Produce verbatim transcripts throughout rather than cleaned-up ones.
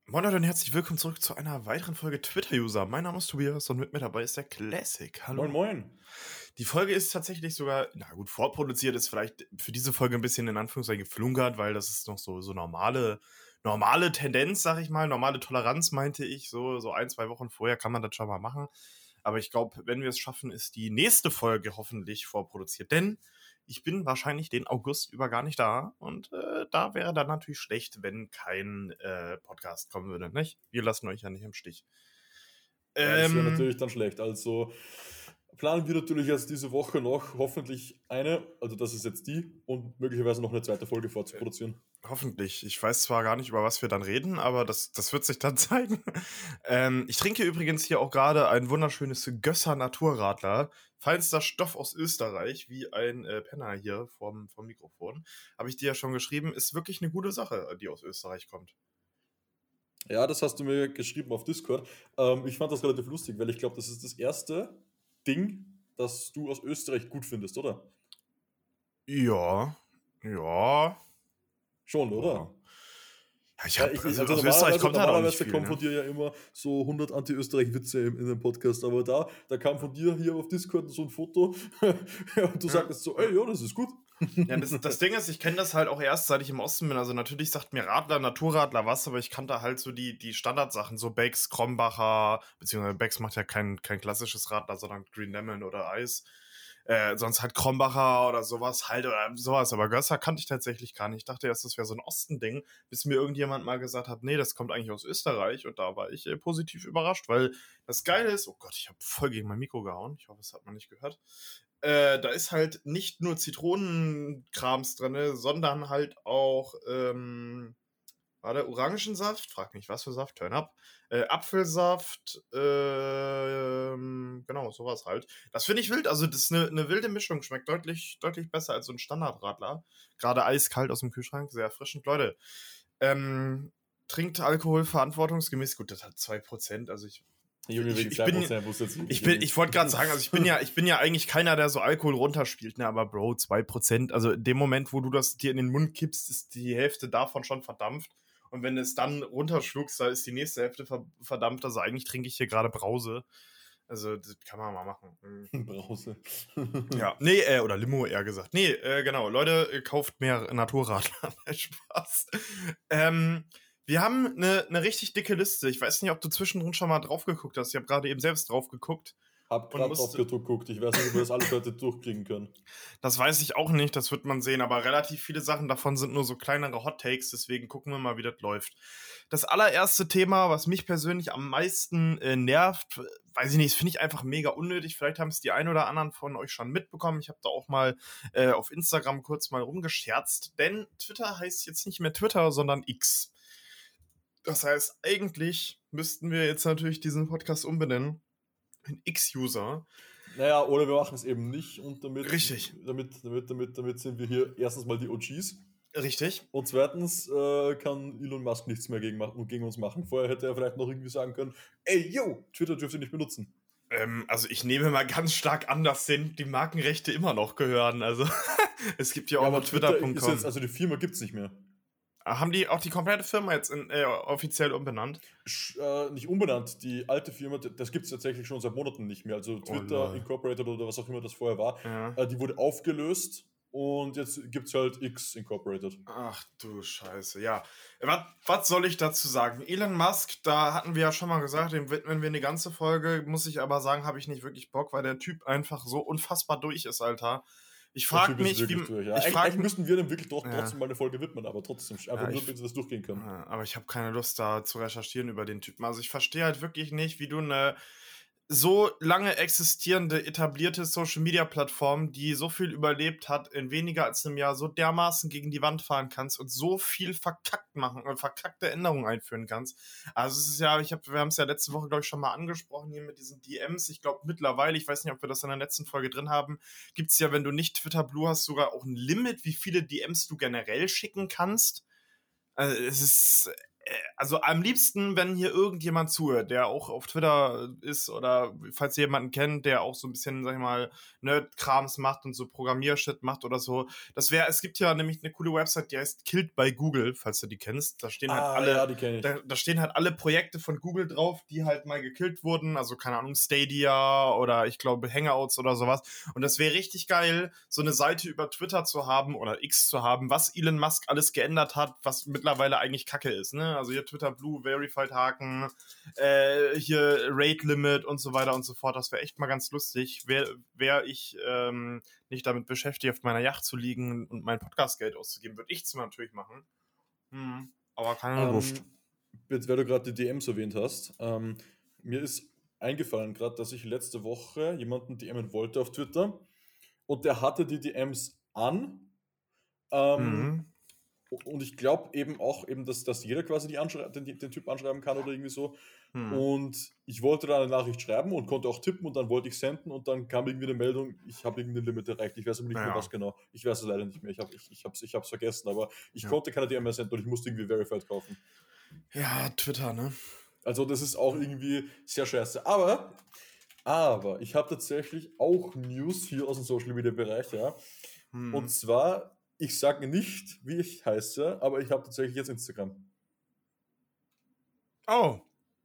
Moin Leute und herzlich willkommen zurück zu einer weiteren Folge Twitter-User. Mein Name ist Tobias und mit mir dabei ist der Classic. Hallo. Moin, moin. Die Folge ist tatsächlich sogar, na gut, vorproduziert, ist vielleicht für diese Folge ein bisschen in Anführungszeichen geflunkert, weil das ist noch so, so normale, normale Tendenz, sag ich mal, normale Toleranz, meinte ich. So, so ein, zwei Wochen vorher kann man das schon mal machen. Aber ich glaube, wenn wir es schaffen, ist die nächste Folge hoffentlich vorproduziert. Denn ich bin wahrscheinlich den August über gar nicht da. Und äh, da wäre dann natürlich schlecht, wenn kein äh, Podcast kommen würde, nicht? Wir lassen euch ja nicht im Stich. Ja, das wäre Ähm, natürlich dann schlecht. Also planen wir natürlich jetzt diese Woche noch hoffentlich eine, also das ist jetzt die, und möglicherweise noch eine zweite Folge vorzuproduzieren. Hoffentlich. Ich weiß zwar gar nicht, über was wir dann reden, aber das, das wird sich dann zeigen. Ähm, ich trinke übrigens hier auch gerade ein wunderschönes Gösser Naturradler. Feinster Stoff aus Österreich, wie ein äh, Penner hier vom, vom Mikrofon. Habe ich dir ja schon geschrieben, ist wirklich eine gute Sache, die aus Österreich kommt. Ja, das hast du mir geschrieben auf Discord. Ähm, ich fand das relativ lustig, weil ich glaube, das ist das erste Ding, das du aus Österreich gut findest, oder? Ja, ja, Schon, ja. oder? Ja, ich Ja, hab, ich, also also aus Österreich normalerweise, kommt halt auch nicht normalerweise viel, kommen ne? von dir ja immer so hundert Anti-Österreich-Witze im, in dem Podcast, aber da, da kam von dir hier auf Discord so ein Foto und du Ja, sagtest so, ja. ey, ja, das ist gut. Ja, das, das Ding ist, ich kenne das halt auch erst, seit ich im Osten bin. Also natürlich sagt mir Radler, Naturradler was, aber ich kannte halt so die, die Standardsachen, so Becks, Krombacher, beziehungsweise Becks macht ja kein, kein klassisches Radler, sondern Green Lemon oder Eis. Äh, sonst halt Krombacher oder sowas halt oder sowas. Aber Gösser kannte ich tatsächlich gar nicht. Ich dachte erst, das wäre so ein Osten-Ding, bis mir irgendjemand mal gesagt hat, nee, das kommt eigentlich aus Österreich. Und da war ich äh, positiv überrascht, weil das Geile ist, oh Gott, ich habe voll gegen mein Mikro gehauen. Ich hoffe, das hat man nicht gehört. Äh, da ist halt nicht nur Zitronenkrams drin, sondern halt auch, ähm, warte, Orangensaft, frag mich, was für Saft, turn up, äh, Apfelsaft, ähm, genau, sowas halt. Das finde ich wild, also das ist eine, eine wilde Mischung, schmeckt deutlich, deutlich besser als so ein Standardradler. Gerade eiskalt aus dem Kühlschrank, sehr erfrischend. Leute, ähm, trinkt Alkohol verantwortungsgemäß, gut, das hat zwei Prozent, also ich Junge, ich, wegen ich bin, zwei Prozent muss jetzt ich bin, ich wollte gerade sagen, also ich bin ja, ich bin ja eigentlich keiner, der so Alkohol runterspielt, ne, aber Bro, zwei Prozent, also in dem Moment, wo du das dir in den Mund kippst, ist die Hälfte davon schon verdampft. Und wenn du es dann runterschluckst, da ist die nächste Hälfte verdampft. Also eigentlich trinke ich hier gerade Brause. Also das kann man mal machen. Mhm. Brause. Ja, nee, äh, oder Limo eher gesagt. Nee, äh, genau, Leute, äh, kauft mehr Naturradler. Spaß. Ähm, wir haben eine ne richtig dicke Liste. Ich weiß nicht, ob du zwischendrin schon mal drauf geguckt hast. Ich habe gerade eben selbst drauf geguckt Hab und grad drauf musste. geguckt. Ich weiß nicht, ob wir das alles heute durchkriegen können. Das weiß ich auch nicht, das wird man sehen, aber relativ viele Sachen davon sind nur so kleinere Hot Takes, deswegen gucken wir mal, wie das läuft. Das allererste Thema, was mich persönlich am meisten äh, nervt, weiß ich nicht, das finde ich einfach mega unnötig. Vielleicht haben es die ein oder anderen von euch schon mitbekommen. Ich habe da auch mal äh, auf Instagram kurz mal rumgescherzt, denn Twitter heißt jetzt nicht mehr Twitter, sondern X. Das heißt, eigentlich müssten wir jetzt natürlich diesen Podcast umbenennen in X-User. Naja, oder wir machen es eben nicht und damit, Richtig. damit, damit, damit, damit sind wir hier erstens mal die O Gs Richtig. und zweitens äh, kann Elon Musk nichts mehr gegen, machen, gegen uns machen. Vorher hätte er vielleicht noch irgendwie sagen können, ey, yo, Twitter dürft ihr nicht benutzen. Ähm, also ich nehme mal ganz stark an, dass den die Markenrechte immer noch gehören. Also es gibt ja auch Ja, noch aber Twitter Twitter Punkt ist com. jetzt, also die Firma gibt es nicht mehr. Haben die auch die komplette Firma jetzt in, äh, offiziell umbenannt? Sch äh, nicht umbenannt, die alte Firma, d- das gibt es tatsächlich schon seit Monaten nicht mehr. Also Twitter lol. Incorporated oder was auch immer das vorher war, Ja. äh, die wurde aufgelöst und jetzt gibt es halt X Incorporated. Ach du Scheiße, ja. Was, was soll ich dazu sagen? Elon Musk, da hatten wir ja schon mal gesagt, dem widmen wir eine ganze Folge, muss ich aber sagen, habe ich nicht wirklich Bock, weil der Typ einfach so unfassbar durch ist, Alter. Ich Der frage Typ ist mich, wirklich wie... durch. Ja. Ich Eigentlich, frag eigentlich mich, müssten wir dem wirklich doch ja. trotzdem mal eine Folge widmen, aber trotzdem, einfach Ja, nur, ich- damit wir das durchgehen können. Ja, aber ich habe keine Lust da zu recherchieren über den Typen. Also ich verstehe halt wirklich nicht, wie du eine so lange existierende, etablierte Social-Media-Plattform, die so viel überlebt hat, in weniger als einem Jahr so dermaßen gegen die Wand fahren kannst und so viel verkackt machen und verkackte Änderungen einführen kannst. Also es ist ja, ich hab, wir haben es ja letzte Woche, glaube ich, schon mal angesprochen hier mit diesen D Ms. Ich glaube mittlerweile, ich weiß nicht, ob wir das in der letzten Folge drin haben, gibt es ja, wenn du nicht Twitter Blue hast, sogar auch ein Limit, wie viele D Ms du generell schicken kannst. Also es ist also am liebsten, wenn hier irgendjemand zuhört, der auch auf Twitter ist oder falls ihr jemanden kennt, der auch so ein bisschen, sag ich mal, Nerd-Krams macht und so Programmiershit macht oder so. Das wäre, es gibt ja nämlich eine coole Website, die heißt Killed by Google, falls du die kennst. Da stehen halt Ah, alle, ja, die kenn ich. da, da stehen halt alle Projekte von Google drauf, die halt mal gekillt wurden. Also keine Ahnung, Stadia oder ich glaube Hangouts oder sowas. Und das wäre richtig geil, so eine Seite über Twitter zu haben oder X zu haben, was Elon Musk alles geändert hat, was mittlerweile eigentlich Kacke ist, ne? Also hier Twitter Blue, Verified Haken, äh, hier Rate Limit und so weiter und so fort. Das wäre echt mal ganz lustig. Wäre wär ich ähm, nicht damit beschäftigt, auf meiner Yacht zu liegen und mein Podcast-Geld auszugeben, würde ich es natürlich machen. Hm, aber keine Ähm, Lust. jetzt, weil du gerade die D Ms erwähnt hast, ähm, mir ist eingefallen gerade, dass ich letzte Woche jemanden D M'en wollte auf Twitter und der hatte die D Ms an. Ähm, Mhm. und ich glaube eben auch, eben, dass, dass jeder quasi die anschrei- den, den Typ anschreiben kann oder irgendwie so. Hm. Und ich wollte da eine Nachricht schreiben und konnte auch tippen und dann wollte ich senden und dann kam irgendwie eine Meldung, ich habe irgendein Limit erreicht. Ich weiß aber nicht mehr Ja. was genau. Ich weiß es leider nicht mehr. Ich habe ich, ich hab's, ich hab's vergessen, aber ich Ja. konnte keine D M mehr senden und ich musste irgendwie Verified kaufen. Ja, Twitter, ne? Also das ist auch irgendwie sehr scheiße. Aber, aber ich habe tatsächlich auch News hier aus dem Social Media Bereich, ja. Hm. Und zwar, ich sage nicht, wie ich heiße, aber ich habe tatsächlich jetzt Instagram. Oh.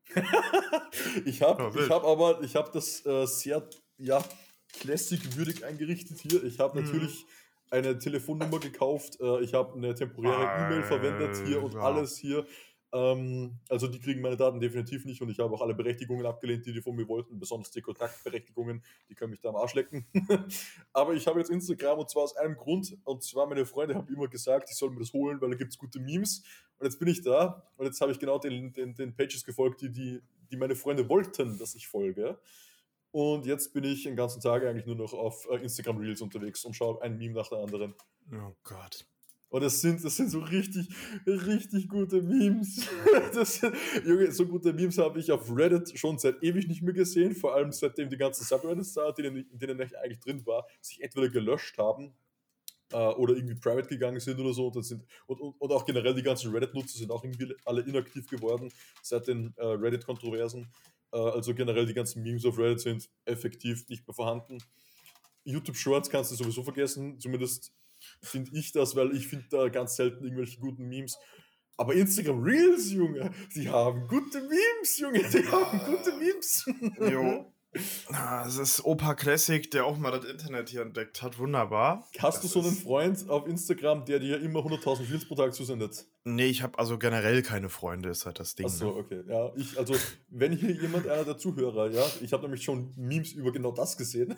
ich habe Ja, ich wild. hab aber, ich habe das äh, sehr, ja, classic-würdig eingerichtet hier. Ich habe Mhm. natürlich eine Telefonnummer gekauft, äh, ich habe eine temporäre E-Mail verwendet hier und Ja. alles hier. Ähm, also die kriegen meine Daten definitiv nicht und ich habe auch alle Berechtigungen abgelehnt, die die von mir wollten, besonders die Kontaktberechtigungen, die können mich da am Arsch lecken. Aber ich habe jetzt Instagram und zwar aus einem Grund, und zwar meine Freunde haben immer gesagt, ich soll mir das holen, weil da gibt es gute Memes. Und jetzt bin ich da und jetzt habe ich genau den, den, den Pages gefolgt, die, die, die meine Freunde wollten, dass ich folge. Und jetzt bin ich den ganzen Tag eigentlich nur noch auf äh, Instagram Reels unterwegs und schaue ein Meme nach der anderen. Oh Gott. Und das sind, das sind so richtig, richtig gute Memes. Das sind, Junge, so gute Memes habe ich auf Reddit schon seit ewig nicht mehr gesehen. Vor allem seitdem die ganzen Subreddits da, in denen, in denen ich eigentlich drin war, sich entweder gelöscht haben äh, oder irgendwie private gegangen sind oder so. Und, das sind, und, und, und auch generell die ganzen Reddit-Nutzer sind auch irgendwie alle inaktiv geworden seit den äh, Reddit-Kontroversen. Äh, also generell die ganzen Memes auf Reddit sind effektiv nicht mehr vorhanden. YouTube Shorts kannst du sowieso vergessen, zumindest finde ich das, weil ich finde da ganz selten irgendwelche guten Memes. Aber Instagram Reels, Junge, die haben gute Memes, Junge, die haben gute Memes. Jo. Ah, es ist Opa Classic, der auch mal das Internet hier entdeckt hat. Wunderbar. Hast Das du so einen ist- Freund auf Instagram, der dir immer hunderttausend Reels pro Tag zusendet? Nee, ich habe also generell keine Freunde, ist halt das Ding. Achso, Ne? okay. Ja, ich, also, wenn hier jemand, einer der Zuhörer, ja, ich habe nämlich schon Memes über genau das gesehen.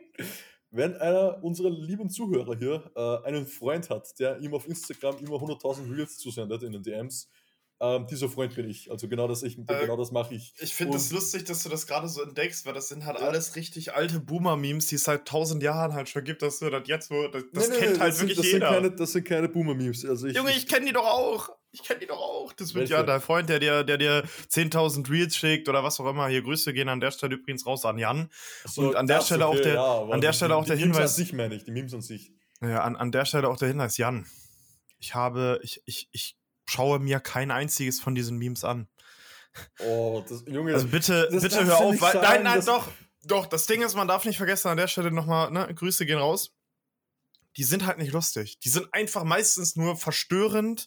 Wenn einer unserer lieben Zuhörer hier äh, einen Freund hat, der ihm auf Instagram immer hunderttausend Reels zusendet in den D Ms, ähm, dieser Freund bin ich. Also genau das, ich, Äh, genau das mache ich. Ich finde es Und- lustig, dass du das gerade so entdeckst, weil das sind halt Ja. alles richtig alte Boomer-Memes, die es seit tausend Jahren halt schon gibt, dass du das jetzt, wo das, das Nee, nee, kennt nee, halt das wirklich sind, das jeder. Sind keine, das sind keine Boomer-Memes. Also ich, Junge, ich kenne die doch auch. Ich kenne die doch auch. Das wird Welche? ja dein Freund, der dir, der dir zehntausend Reels schickt oder was auch immer. Hier Grüße gehen an der Stelle übrigens raus an Jan. So, und an der das, Stelle auch der- aber an der die- Stelle auch die der Memes Hinweis- an sich meine ich, die Memes an sich. Ja, an, an der Stelle auch der Hinweis, Jan. Ich habe, ich, ich, ich schaue mir kein einziges von diesen Memes an. Oh, das, Junge, Also bitte, das bitte darfst hör du auf. nicht Weil, sagen, nein, nein, das- doch. Doch, das Ding ist, man darf nicht vergessen, an der Stelle nochmal, ne, Grüße gehen raus. Die sind halt nicht lustig. Die sind einfach meistens nur verstörend.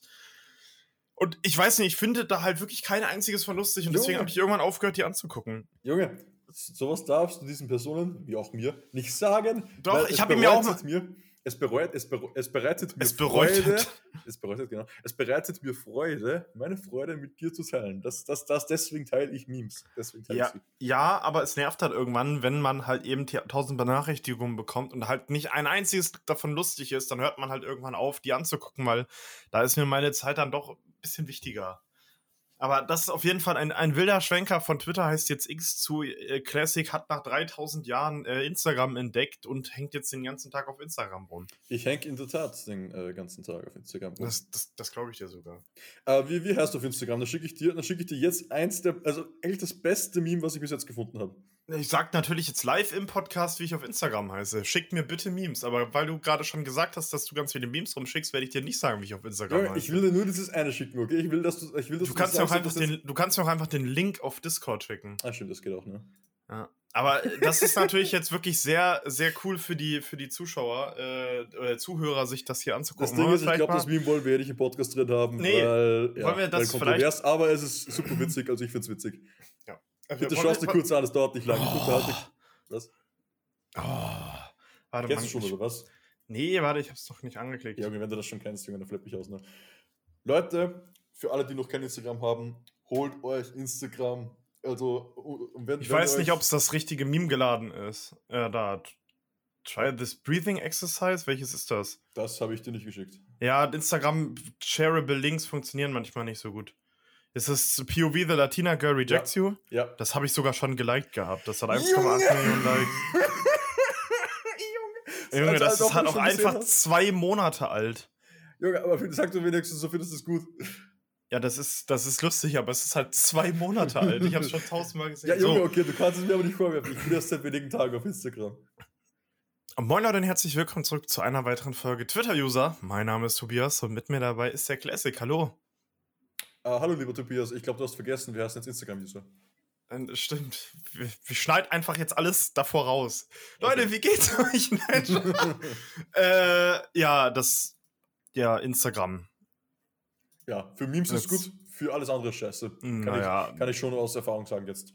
Und ich weiß nicht, ich finde da halt wirklich kein einziges von lustig. Und deswegen Junge. habe ich irgendwann aufgehört, die anzugucken. Junge, sowas darfst du diesen Personen, wie auch mir, nicht sagen. Doch, weil ich es hab ihm ja auch bereitet mir, es, bereut, es, bere, es bereitet mir Es bereutet. Freude. Es bereitet, genau. Es bereitet mir Freude, meine Freude mit dir zu teilen. Das, das, das, deswegen teile ich Memes. Deswegen teile Ja, ich sie. ja, aber es nervt halt irgendwann, wenn man halt eben t- tausend Benachrichtigungen bekommt und halt nicht ein einziges davon lustig ist, dann hört man halt irgendwann auf, die anzugucken, weil da ist mir meine Zeit dann doch ein bisschen wichtiger. Aber das ist auf jeden Fall ein, ein wilder Schwenker von Twitter, heißt jetzt X zu äh, Classic, hat nach dreitausend Jahren äh, Instagram entdeckt und hängt jetzt den ganzen Tag auf Instagram rum. Ich hänge in der Tat den äh, ganzen Tag auf Instagram. rum. Das, das, das glaube ich dir sogar. Äh, wie, wie heißt du auf Instagram? Da schicke ich dir, dann schicke ich dir jetzt eins der, also echt das beste Meme, was ich bis jetzt gefunden habe. Ich sag natürlich jetzt live im Podcast, wie ich auf Instagram heiße. Schickt mir bitte Memes. Aber weil du gerade schon gesagt hast, dass du ganz viele Memes rumschickst, werde ich dir nicht sagen, wie ich auf Instagram Ja, heiße. ich will dir nur dieses eine schicken, okay? Ich will, dass du, ich will, dass Du du kannst, mir auch sagst, einfach dass das- den, du kannst mir auch einfach den Link auf Discord schicken. Ah, stimmt, das geht auch, ne? Ja. Aber das ist natürlich jetzt wirklich sehr, sehr cool für die, für die Zuschauer äh, oder Zuhörer, sich das hier anzugucken. Das Ding Wollen wir ist, ich vielleicht glaube, mal- das Meme wollen wir nicht im Podcast drin haben, Nee, weil, ja, wollen wir das weil kontrovers, aber es ist super witzig, also ich find's witzig. Ja. Bitte Wollen schau es dir wir- kurz an, es dauert nicht lange. Oh. Unterhalte. Was? Oh, warte Kennst mal. du schon, ich- oder was? Nee, warte, ich hab's doch nicht angeklickt. Ja, wenn du das schon kennst, Junge, dann flipp ich aus, ne? Leute, für alle, die noch kein Instagram haben, holt euch Instagram. Also, und wenn, Ich wenn weiß ihr nicht, euch- ob es das richtige Meme geladen ist. Ja, da. Try this breathing exercise. Welches ist das? Das habe ich dir nicht geschickt. Ja, Instagram shareable Links funktionieren manchmal nicht so gut. Ist es P O V The Latina Girl Rejects You? Ja. Das habe ich sogar schon geliked gehabt. Das hat eins Junge! Komma acht Millionen Likes. Junge, als- das als ob ist halt du auch schon gesehen einfach hast. zwei Monate alt. Junge, aber sag du wenigstens, so findest du es gut. Ja, das ist, das ist lustig, aber es ist halt zwei Monate alt. Ich habe es schon tausendmal gesehen. Ja, Junge, So. okay, du kannst es mir aber nicht vorwerfen. Ich bin erst seit wenigen Tagen auf Instagram. Moin Leute und herzlich willkommen zurück zu einer weiteren Folge Twitter-User. Mein Name ist Tobias und mit mir dabei ist der Classic. Hallo. Ah, hallo, lieber Tobias. Ich glaube, du hast vergessen, wir heißen jetzt Instagram-User. Äh, Stimmt. Wir, wir schneiden einfach jetzt alles davor raus. Leute, Okay. wie geht's euch? Nein, Spaß. äh, ja, das. Ja, Instagram. Ja, für Memes ist Jetzt- gut, für alles andere ist scheiße. Kann, Naja. ich, kann ich schon aus Erfahrung sagen jetzt.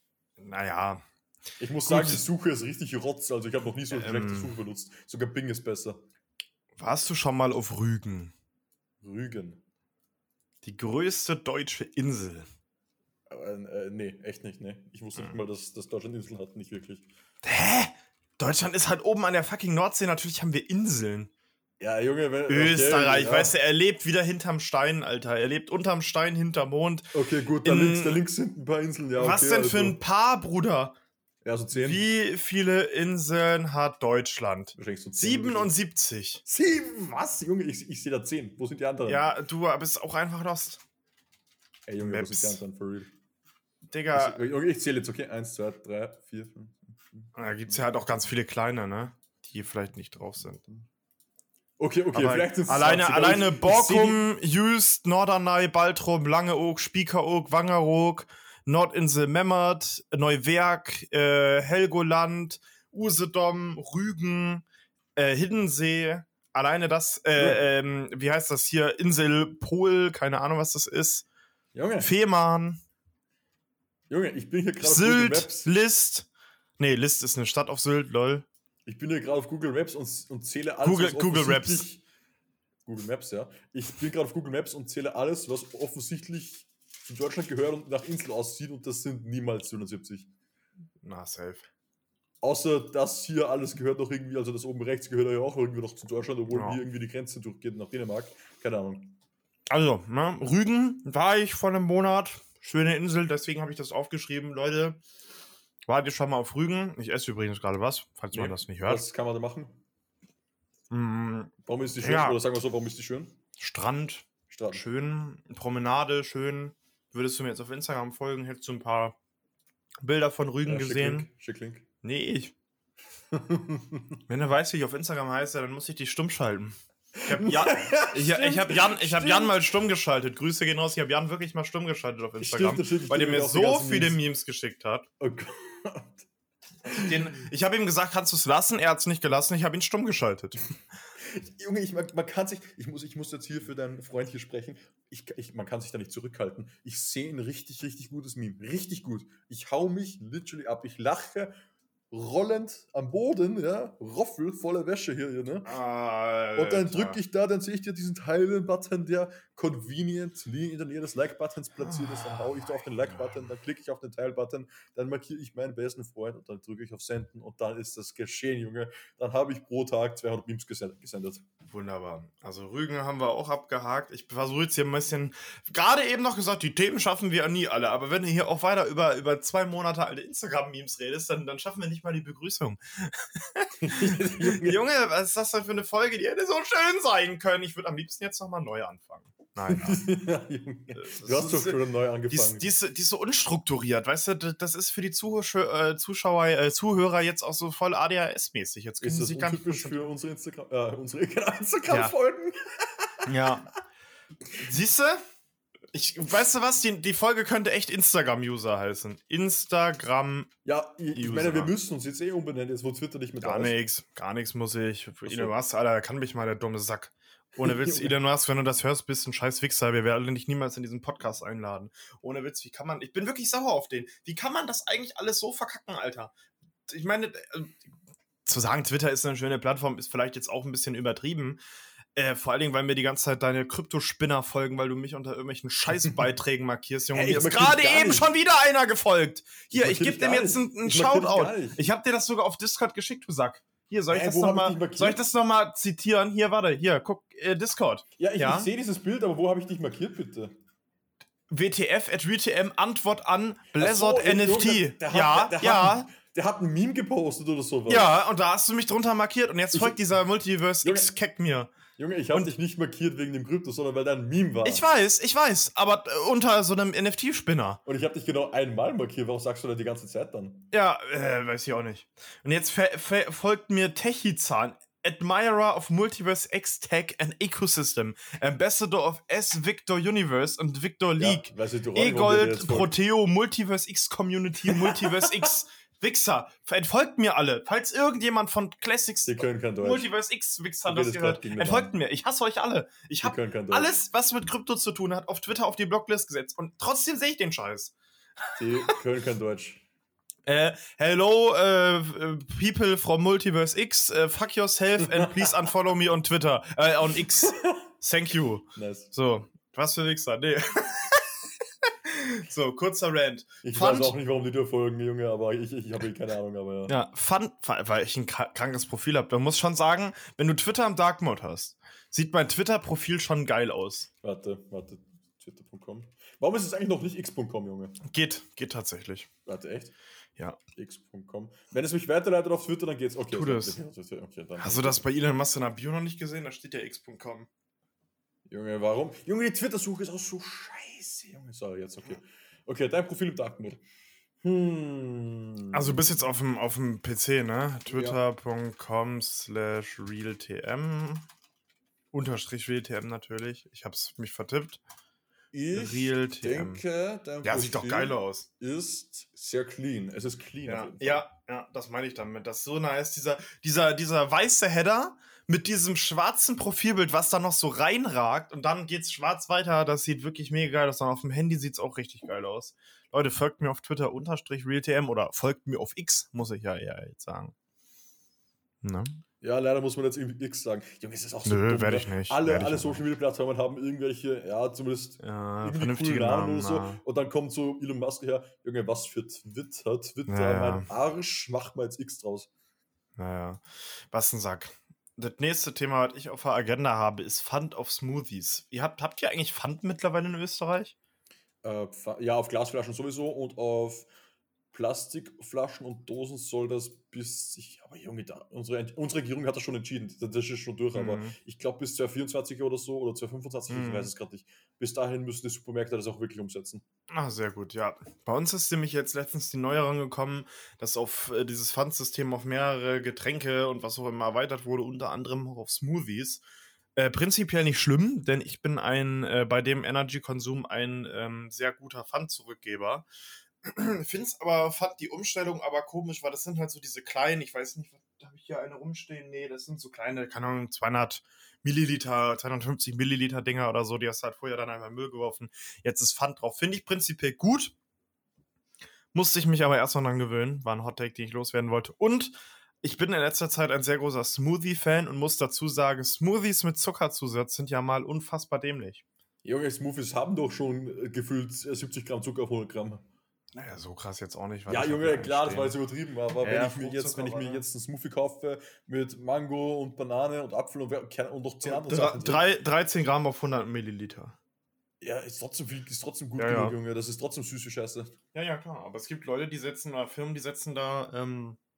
Naja. Ich muss Gut. sagen, die Suche ist richtig rotz. Also ich habe noch nie so eine Ähm. schlechte Suche benutzt. Sogar Bing ist besser. Warst du schon mal auf Rügen? Rügen. Die größte deutsche Insel. Aber, äh, nee, echt nicht, nee. Ich wusste nicht mal, dass, dass Deutschland Inseln hat, nicht wirklich. Hä? Deutschland ist halt oben an der fucking Nordsee. Natürlich haben wir Inseln. Ja, Junge, wenn. Österreich, ja. weißt du, er lebt wieder hinterm Stein, Alter. Er lebt unterm Stein, hinterm Mond. Okay, gut, da In- links, da links sind ein paar Inseln, ja. Was okay, denn also, für ein Paar, Bruder? Ja, so zehn. Wie viele Inseln hat Deutschland? Wahrscheinlich so zehn. siebenundsiebzig. Sieben? Was? Junge, ich, ich sehe da zehn. Wo sind die anderen? Ja, du bist auch einfach lost. Ey, Junge, Maps. wo sind die anderen? For real. Digga, Also, Junge, ich zähle jetzt, okay? Eins, zwei, drei, vier, fünf. da gibt's ja halt auch ganz viele kleine, ne? Die vielleicht nicht drauf sind. Okay, okay, Aber vielleicht sind es alleine, zwanzig, aber alleine ich- ich seh die- Borkum, Jüst, Norderney, Baltrum, Langeoog, Spiekeroog, Wangeroog, Nordinsel Memmert, Neuwerk, äh, Helgoland, Usedom, Rügen, äh, Hiddensee. Alleine das, äh, ähm, wie heißt das hier? Insel Pol, keine Ahnung, was das ist. Junge, Fehmarn, Junge, ich bin hier gerade auf Google Sylt, Maps. List. Nee, List ist eine Stadt auf Sylt, lol. Ich bin hier gerade auf Google Maps und, und zähle alles. Google- was Google offensichtlich- Google Maps, ja. Ich bin gerade auf Google Maps und zähle alles, was offensichtlich zu Deutschland gehört und nach Insel aussieht, und das sind niemals siebenundsiebzig. Na, safe. Außer das hier alles gehört noch irgendwie, also das oben rechts gehört ja auch irgendwie noch zu Deutschland, obwohl Ja. hier irgendwie die Grenze durchgeht nach Dänemark. Keine Ahnung. Also, ne, Rügen war ich vor einem Monat. Schöne Insel, deswegen habe ich das aufgeschrieben. Leute, wart ihr schon mal auf Rügen? Ich esse übrigens gerade was, falls man Nee, das nicht hört. Was kann man da machen? Mm, Warum ist die schön? Ja. Oder sagen wir so, warum ist die schön? Strand, Strand. schön. Promenade, schön. Würdest du mir jetzt auf Instagram folgen, hättest du ein paar Bilder von Rügen Ja, gesehen? Schick Link. Nee, ich. Wenn du weißt, wie ich auf Instagram heiße, dann muss ich dich stumm schalten. Ich habe ja, ich, ich hab Jan, ich hab Jan mal stumm geschaltet. Grüße gehen raus. Ich habe Jan wirklich mal stumm geschaltet auf Instagram, Stimmt, das stimmt. Ich weil er gebe mir auch die so ganzen viele Memes. Memes geschickt hat. Oh Gott. Den, ich habe ihm gesagt, kannst du es lassen? Er hat es nicht gelassen. Ich habe ihn stumm geschaltet. Junge, ich, man, man kann sich, ich muss, ich muss jetzt hier für deinen Freund hier sprechen, ich, ich, man kann sich da nicht zurückhalten. Ich sehe ein richtig, richtig gutes Meme. Richtig gut. Ich hau mich literally ab. Ich lache rollend am Boden, ja, Roffel, voller Wäsche hier, hier ne? Und dann drücke ich da, dann sehe ich dir diesen Teilen-Button, der conveniently in der Nähe des Like-Buttons platziert ist. Dann hau ich da auf den Like-Button, dann klicke ich auf den Teil-Button, dann markiere ich meinen besten Freund und dann drücke ich auf Senden und dann ist das geschehen, Junge. Dann habe ich pro Tag zweihundert Memes gesendet. gesendet. Wunderbar. Also Rügen haben wir auch abgehakt. Ich versuche jetzt hier ein bisschen, gerade eben noch gesagt, die Themen schaffen wir ja nie alle, aber wenn du hier auch weiter über, über zwei Monate alte Instagram-Memes redest, dann, dann schaffen wir nicht mal die Begrüßung. Junge, was ist das denn für eine Folge? Die hätte so schön sein können. Ich würde am liebsten jetzt nochmal neu anfangen. Nein, nein. Ja, Junge. Das Du hast doch ist, schon neu die, ist, angefangen. die, ist, die ist so unstrukturiert, weißt du, d- das ist für die Zuschauer, äh, Zuschauer äh, Zuhörer jetzt auch so voll A D H S-mäßig. Jetzt können Ist die das sich gar nicht untypisch für konzentrieren. unsere Instagram, äh, unsere Ja, Instagram-Folgen? ja. Siehst du? Ich, weißt du was? Die, die Folge könnte echt Instagram-User heißen. Instagram-User. Ja, ich, ich meine, wir müssen uns jetzt eh umbenennen, jetzt wo Twitter nicht mehr da Gar ist. nichts, gar nichts muss ich. Für Ach so. Elon Musk, Alter, da kann mich mal der dumme Sack. Ohne Witz, Elon Musk, wenn du das hörst, bist du ein scheiß Wichser. Wir werden dich niemals in diesen Podcast einladen. Ohne Witz, wie kann man, ich bin wirklich sauer auf den. Wie kann man das eigentlich alles so verkacken, Alter? Ich meine, äh, zu sagen, Twitter ist eine schöne Plattform, ist vielleicht jetzt auch ein bisschen übertrieben. Äh, vor allen Dingen, weil mir die ganze Zeit deine Kryptospinner folgen, weil du mich unter irgendwelchen Scheißbeiträgen markierst, Junge. Hey, Mir ich ist markier dich gerade gar eben nicht. schon wieder einer gefolgt. Hier, Ich ich, markier gebe dich dem gar jetzt nicht. einen, einen Ich markier dich Shoutout. gar nicht. Ich habe dir das sogar auf Discord geschickt, du Sack. Hier, soll ich Hä, das wo hab ich nochmal dich markiert? soll ich das noch mal zitieren? Hier, warte, hier, guck, äh, Discord. Ja, ich, Ja? ich sehe dieses Bild, aber wo habe ich dich markiert, bitte? W T F at W T M, Antwort an Blizzard Ach so, N F T. Junge, der hat- ja, der- der ja. hat- Der hat ein Meme gepostet oder sowas. Ja, und da hast du mich drunter markiert und jetzt Ich- folgt dieser Multiverse Junge. X-Keck mir. Junge, ich habe dich nicht markiert wegen dem Krypto, sondern weil da ein Meme war. Ich weiß, ich weiß, aber äh, unter so einem N F T-Spinner. Und ich habe dich genau einmal markiert. Warum sagst du da die ganze Zeit dann? Ja, äh, weiß ich auch nicht. Und jetzt fe- fe- folgt mir Techizan, Admirer of Multiverse X-Tech and Ecosystem, Ambassador of S-Victor Universe und Victor League, Ja, weiß ich, du Ronny, warum der dir E-Gold, jetzt folgt. Proteo, Multiverse X Community, Multiverse X, Wichser. Entfolgt mir alle. Falls irgendjemand von Classics Die können kein Deutsch. Multiverse X Wichser Du das redest gehört, grad gegen den entfolgt Mann. mir. Ich hasse euch alle. Ich Die habe können kein Deutsch. alles, was mit Krypto zu tun hat, auf Twitter auf die Blocklist gesetzt. Und trotzdem sehe ich den Scheiß. Die können kein Deutsch. Äh, hello, äh, people from Multiverse X, äh, fuck yourself and please unfollow me on Twitter, äh, on X. Thank you. Nice. So, was für Wichser, nee. So, kurzer Rant. Ich Fand- weiß auch nicht, warum die dir folgen, Junge, aber ich, ich habe keine Ahnung, aber ja. Ja, fun, weil ich ein kra- krankes Profil habe. Da muss schon sagen, wenn du Twitter im Dark Mode hast, sieht mein Twitter-Profil schon geil aus. Warte, warte. Twitter Punkt com. Warum ist es eigentlich noch nicht x Punkt com, Junge? Geht, geht tatsächlich. Warte, echt? Ja. x Punkt com. Wenn es mich weiterleitet auf Twitter, dann geht's. Okay, Tu das. Okay, dann Hast du das bei Elon Musk in der Bio noch nicht gesehen? Da steht ja x Punkt com. Junge, warum? Junge, die Twitter-Suche ist auch so scheiße, Junge. So, jetzt, okay. Okay, dein Profil im Dark Mode. Hm. Also du bist jetzt auf dem, auf dem P C, ne? Twitter.com slash realtm. Unterstrich realtm natürlich. Ich hab's mich vertippt. ich RealTM. denke, dein Ja, sieht doch Profil geil aus. ist sehr clean. Es ist clean. auf Ja, jeden Fall. ja, ja, das meine ich damit. Das ist so nice. Dieser, dieser, dieser weiße Header mit diesem schwarzen Profilbild, was da noch so reinragt und dann geht's schwarz weiter. Das sieht wirklich mega geil aus. Und auf dem Handy sieht's auch richtig geil aus. Leute, folgt mir auf Twitter unterstrich realtm oder folgt mir auf X, muss ich ja eher jetzt sagen. Ne? Ja, leider muss man jetzt irgendwie X sagen. Junge, es ist auch so Nö, dumm. werd ne? ich nicht, Alle, werd ich alle nicht. Social Media Plattformen haben irgendwelche, ja, zumindest Ja, irgendwie vernünftige coolen Namen Namen. oder so. na. Und dann kommt so Elon Musk her, Junge, was für Twitter, Twitter, Ja, ja. mein Arsch, macht mal jetzt X draus. Naja, was ein Sack. Das nächste Thema, was ich auf der Agenda habe, ist Pfand auf Smoothies. Ihr habt, habt ihr eigentlich Pfand mittlerweile in Österreich? Äh, Pfa- ja, auf Glasflaschen sowieso und auf Plastikflaschen und Dosen soll das bis, ich, aber Junge, da, unsere, unsere Regierung hat das schon entschieden, das, das ist schon durch, aber Mhm. ich glaube bis zwanzig vierundzwanzig oder so oder zwanzig fünfundzwanzig, ich Mhm. weiß es gerade nicht. Bis dahin müssen die Supermärkte das auch wirklich umsetzen. Ah, sehr gut, ja. Bei uns ist nämlich jetzt letztens die Neuerung gekommen, dass auf äh, dieses Pfandsystem auf mehrere Getränke und was auch immer erweitert wurde, unter anderem auch auf Smoothies. Äh, prinzipiell nicht schlimm, denn ich bin ein äh, bei dem Energy-Konsum ein ähm, sehr guter Pfandzurückgeber. Find's aber, fand die Umstellung aber komisch, weil das sind halt so diese kleinen, ich weiß nicht, habe ich hier eine rumstehen? Nee, das sind so kleine, keine Ahnung, zweihundert Milliliter, zweihundertfünfzig Milliliter Dinger oder so, die hast du halt vorher dann einfach in den Müll geworfen. Jetzt ist Pfand drauf. Finde ich prinzipiell gut. Musste ich mich aber erst noch dran gewöhnen. War ein Hottake, den ich loswerden wollte. Und ich bin in letzter Zeit ein sehr großer Smoothie-Fan und muss dazu sagen, Smoothies mit Zuckerzusatz sind ja mal unfassbar dämlich. Junge, Smoothies haben doch schon äh, gefühlt äh, siebzig Gramm Zucker auf hundert Gramm. Naja, so krass jetzt auch nicht. weil Ja, ich hab Junge, hier klar, das einen war jetzt übertrieben, aber Ja, wenn ja, ich mir jetzt, wenn ich mir Fruchtzucker, jetzt einen Smoothie kaufe mit Mango und Banane und Apfel und, wer- und noch zehn andere Dre- Sachen drin, drei, dreizehn Gramm auf hundert Milliliter. ja, ist trotzdem viel, ist trotzdem gut Ja, genug, ja. Junge. Das ist trotzdem süße Scheiße. Ja, ja, klar. Aber es gibt Leute, die setzen da, Firmen, die setzen da ähm,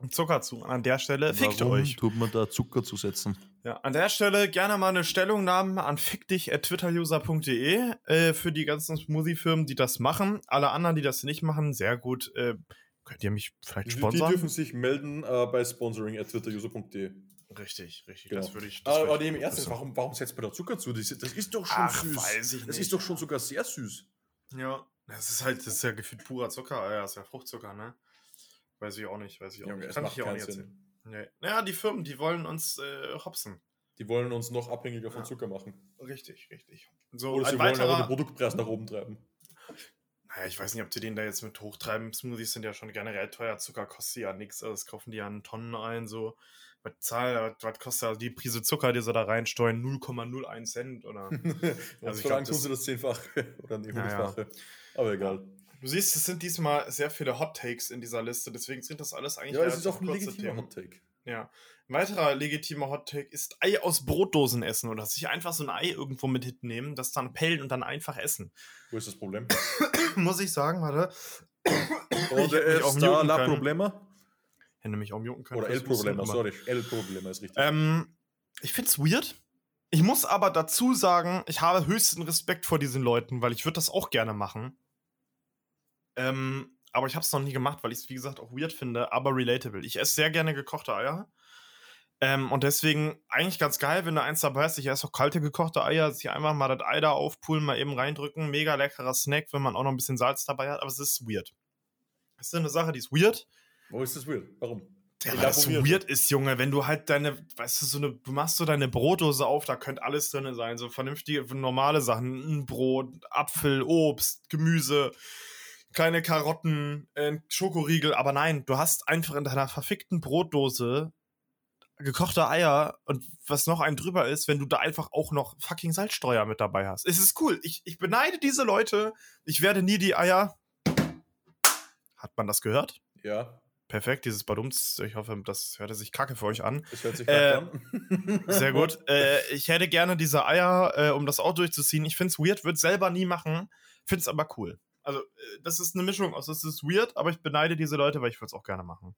Zucker zu. An der Stelle fickt Warum euch. tut man da Zucker zusetzen? Ja, an der Stelle gerne mal eine Stellungnahme an fickdich at twitteruser punkt de äh, für die ganzen Smoothie-Firmen, die das machen. Alle anderen, die das nicht machen, sehr gut. Äh, könnt ihr mich vielleicht Die, die sponsern? dürfen sich melden äh, bei sponsoring at twitteruser punkt de. Richtig, richtig. Genau. Das würde ich. Das Aber, würd aber ich nee, im Ernst, wissen. warum, warum setzt man da Zucker zu? Das, das ist doch schon Ach, süß. weiß ich Das nicht. ist doch schon sogar sehr süß. Ja, das ist halt, das ist ja gefühlt purer Zucker. Ja, das ist ja Fruchtzucker, ne? Weiß ich auch nicht, weiß ich auch Junge, nicht. es Kann macht ich hier auch keinen nicht Sinn. erzählen. Nee. Naja, die Firmen, die wollen uns äh, hopsen. Die wollen uns noch abhängiger von Ja. Zucker machen. Richtig, richtig. So, Oder ein sie wollen weiterer, einfach den Produktpreis nach oben treiben. Naja, ich weiß nicht, ob die den da jetzt mit hochtreiben. Smoothies sind ja schon generell teuer. Zucker kostet ja nichts. Also das kaufen die ja in Tonnen ein. So, was, zahl, was kostet also die Prise Zucker, die sie da reinsteuern? null Komma null eins Cent oder. Also ich verlangen glaub, tun sie das Zehnfache oder ein Naja. Hundertfache. Aber egal. Du siehst, es sind diesmal sehr viele Hot Takes in dieser Liste. Deswegen sind das alles eigentlich Ja, es ist relativ auch ein kurze legitimer Themen. Hot Take. Ja. Ein weiterer legitimer Hot Take ist Ei aus Brotdosen essen oder sich einfach so ein Ei irgendwo mit hinnehmen, das dann pellen und dann einfach essen. Wo ist das Problem? Muss ich sagen, warte. Und hätte mich auch ist da muten la können. Problema? Hätte mich auch muten können. Oder fürs El Problema, Husten, aber- sorry. El Problema ist richtig. Ähm, ich find's weird. Ich muss aber dazu sagen, ich habe höchsten Respekt vor diesen Leuten, weil ich würde das auch gerne machen. Ähm, aber ich habe es noch nie gemacht, weil ich es, wie gesagt, auch weird finde, aber relatable. Ich esse sehr gerne gekochte Eier. Ähm, und deswegen eigentlich ganz geil, wenn du eins dabei hast. Ich esse auch kalte gekochte Eier. Sich einfach mal das Ei da aufpulen, mal eben reindrücken. Mega leckerer Snack, wenn man auch noch ein bisschen Salz dabei hat. Aber es ist weird. Es ist eine Sache, die ist weird. Wo ist das weird? Warum? Ja, weil das so weird ist, Junge, wenn du halt deine, weißt du, so eine, du machst so deine Brotdose auf, da könnte alles drin sein, so vernünftige, normale Sachen, ein Brot, Apfel, Obst, Gemüse, kleine Karotten, äh, Schokoriegel, aber nein, du hast einfach in deiner verfickten Brotdose gekochte Eier und was noch ein drüber ist, wenn du da einfach auch noch fucking Salzstreuer mit dabei hast. Es ist cool, ich, ich beneide diese Leute, ich werde nie die Eier, hat man das gehört? Ja, Perfekt, dieses Badums. Ich hoffe, das hörte sich kacke für euch an. es hört sich Äh, an. Sehr gut. äh, ich hätte gerne diese Eier, äh, um das auch durchzuziehen. Ich finde es weird, würde es selber nie machen, finde es aber cool. Also, äh, das ist eine Mischung aus, es ist weird, aber ich beneide diese Leute, weil ich würde es auch gerne machen.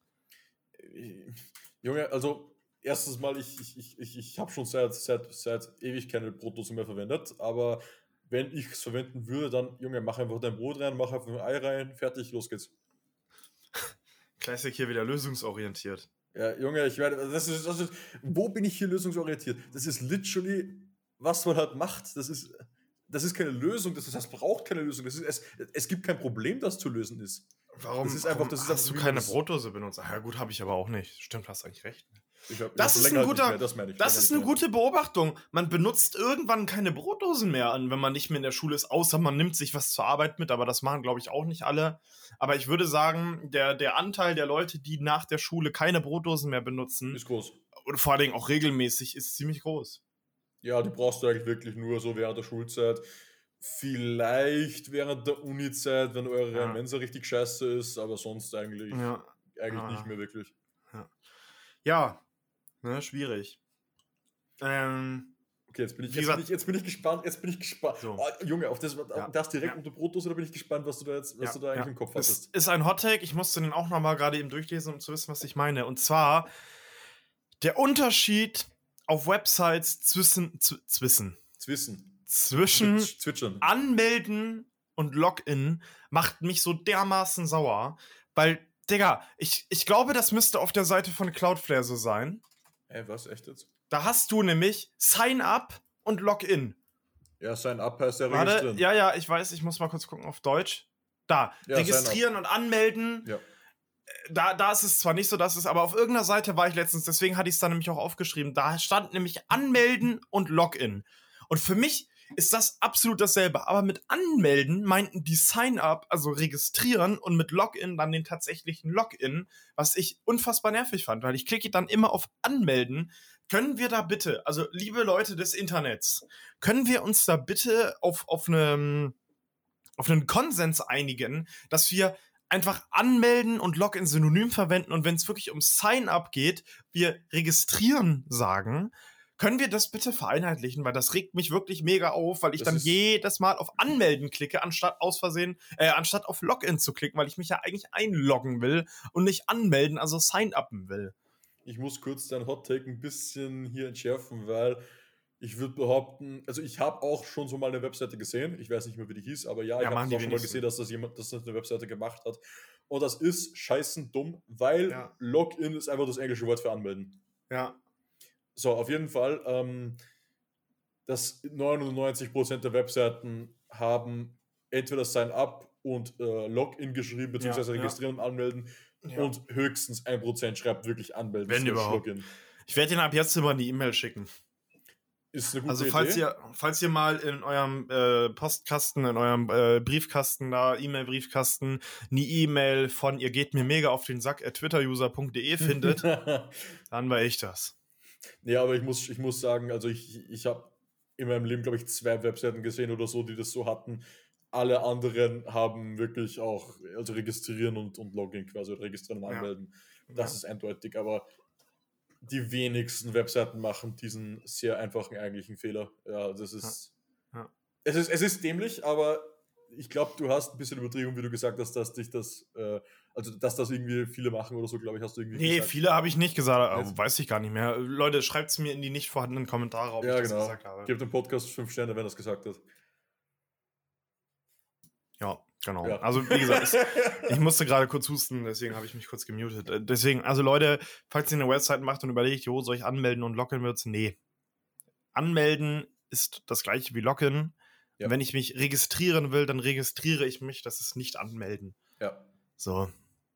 Junge, also erstens mal, ich, ich, ich, ich, ich habe schon seit, seit, seit ewig keine Brotdose mehr verwendet, aber wenn ich es verwenden würde, dann, Junge, mach einfach dein Brot rein, mach einfach ein Ei rein, fertig, los geht's. Classic hier wieder lösungsorientiert. Ja, Junge, ich werde, das ist, das ist, wo bin ich hier lösungsorientiert? Das ist literally, was man halt macht. Das ist, das ist keine Lösung, das, ist, das braucht keine Lösung. Das ist, es, es gibt kein Problem, das zu lösen ist. Warum, Das ist einfach- warum das ist hast einfach, du wie man keine das- Brotdose benutzt? Ach ja, gut, habe ich aber auch nicht. Stimmt, hast eigentlich recht. Ich hab, Das ich ist hab ein länger halt guter- nicht mehr, das meine ich. Das länger ist nicht eine mehr. gute Beobachtung. Man benutzt irgendwann keine Brotdosen mehr an, wenn man nicht mehr in der Schule ist, außer man nimmt sich was zur Arbeit mit, aber das machen, glaube ich, auch nicht alle. Aber ich würde sagen, der, der Anteil der Leute, die nach der Schule keine Brotdosen mehr benutzen, Ist groß. und vor allen Dingen auch regelmäßig, ist ziemlich groß. Ja, die brauchst du eigentlich wirklich nur so während der Schulzeit. Vielleicht während der Uni-Zeit, wenn eure Ja. Mensa richtig scheiße ist, aber sonst eigentlich, Ja, eigentlich Ja. nicht mehr wirklich. ja ne, schwierig. Ähm, Okay, jetzt bin ich, Wie jetzt gesagt- bin ich, jetzt bin ich gespannt, jetzt bin ich gespannt. So. Oh, Junge, auf das, Ja. das direkt Ja. mit der Brotdose, da bin ich gespannt, was du da jetzt, was Ja, du da eigentlich ja. im Kopf es hattest. ist ein Hottake, ich musste den auch nochmal gerade eben durchlesen, um zu wissen, was ich meine. Und zwar der Unterschied auf Websites zwischen, zw- zwischen, Zwissen. zwischen Zwitsch- Zwitschern. Anmelden und Login macht mich so dermaßen sauer, weil, Digga, ich, ich glaube, das müsste auf der Seite von Cloudflare so sein. Ey, was, echt jetzt? Da hast du nämlich Sign Up und Login. Ja, sein Up heißt ja Warte, registrieren. ja, ja, ich weiß, ich muss mal kurz gucken auf Deutsch. Da, Ja, registrieren und anmelden. Ja. Da, da ist es zwar nicht so, dass es, aber auf irgendeiner Seite war ich letztens, deswegen hatte ich es da nämlich auch aufgeschrieben. Da stand nämlich Anmelden und Login. Und für mich ist das absolut dasselbe. Aber mit Anmelden meinten die Sign-up, also registrieren, und mit Login dann den tatsächlichen Login, was ich unfassbar nervig fand, weil ich klicke dann immer auf Anmelden. Können wir da bitte, also liebe Leute des Internets, können wir uns da bitte auf, auf, eine, auf einen Konsens einigen, dass wir einfach anmelden und Login synonym verwenden und wenn es wirklich um Sign-up geht, wir registrieren sagen, Können wir das bitte vereinheitlichen? Weil das regt mich wirklich mega auf, weil ich Das dann ist- jedes Mal auf Anmelden klicke, anstatt aus Versehen, äh, anstatt auf Login zu klicken, weil ich mich ja eigentlich einloggen will und nicht anmelden, also sign-upen will. Ich muss kurz dein Hot Take ein bisschen hier entschärfen, weil ich würde behaupten, also ich habe auch schon so mal eine Webseite gesehen, ich weiß nicht mehr, wie die hieß, aber ja, Ja, ich habe machen auch die schon mal wenigsten. gesehen, dass das jemand, dass das eine Webseite gemacht hat. Und das ist scheißen dumm, weil Ja. Login ist einfach das englische Wort für anmelden. Ja. So, auf jeden Fall, ähm, dass neunundneunzig Prozent der Webseiten haben entweder Sign-up und äh, Login geschrieben, beziehungsweise Ja, ja. registrieren und anmelden. Ja. Und höchstens ein Prozent schreibt wirklich anmelden. Wenn slash überhaupt. Login. Ich werde Ihnen ab jetzt immer eine E-Mail schicken. Ist eine gute Also Idee. falls ihr, falls ihr mal in eurem äh, Postkasten, in eurem äh, Briefkasten da, E-Mail-Briefkasten, eine E-Mail von ihr geht mir mega auf den Sack at twitteruser punkt de findet, dann war ich das. Ja, aber ich muss, ich muss sagen, also ich, ich habe in meinem Leben, glaube ich, zwei Webseiten gesehen oder so, die das so hatten. Alle anderen haben wirklich auch, also registrieren und, und Login quasi, oder registrieren und Ja. anmelden. Das Ja. ist eindeutig, aber die wenigsten Webseiten machen diesen sehr einfachen eigentlichen Fehler. Ja, das ist, Ja. Ja. Es ist, es ist dämlich, aber ich glaube, du hast ein bisschen Übertriebung, wie du gesagt hast, dass dich das, äh, also dass das irgendwie viele machen oder so, glaube ich, hast du irgendwie Nee, gesagt. viele habe ich nicht gesagt, aber Nicht? weiß ich gar nicht mehr. Leute, schreibt es mir in die nicht vorhandenen Kommentare, ob Ja, ich das genau. gesagt habe. Gebt dem Podcast fünf Sterne, wenn er es gesagt hat. Ja, genau. Ja. Also, wie gesagt, es, ich musste gerade kurz husten, deswegen habe ich mich kurz gemutet. Äh, Deswegen, also Leute, falls ihr eine Website macht und überlegt, jo, soll ich anmelden und Login wird's? Nee. Anmelden ist das gleiche wie Login. Ja. Wenn ich mich registrieren will, dann registriere ich mich. Das ist nicht anmelden. Ja. So.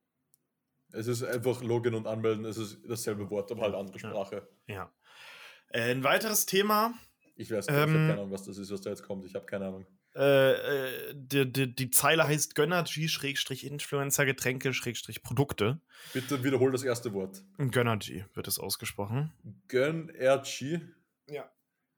Es ist einfach Login und Anmelden, es ist dasselbe Wort, aber halt andere Ja. Sprache. Ja. Äh, ein weiteres Thema. Ich weiß nicht, Ähm, ich habe keine Ahnung, was das ist, was da jetzt kommt. Ich habe keine Ahnung. Äh, äh, die, die, die Zeile heißt Gönnergy, Schrägstrich Influencer, Getränke, Schrägstrich Produkte. Bitte wiederhol das erste Wort. Gönnergy wird es ausgesprochen. Gönnergy. Ja.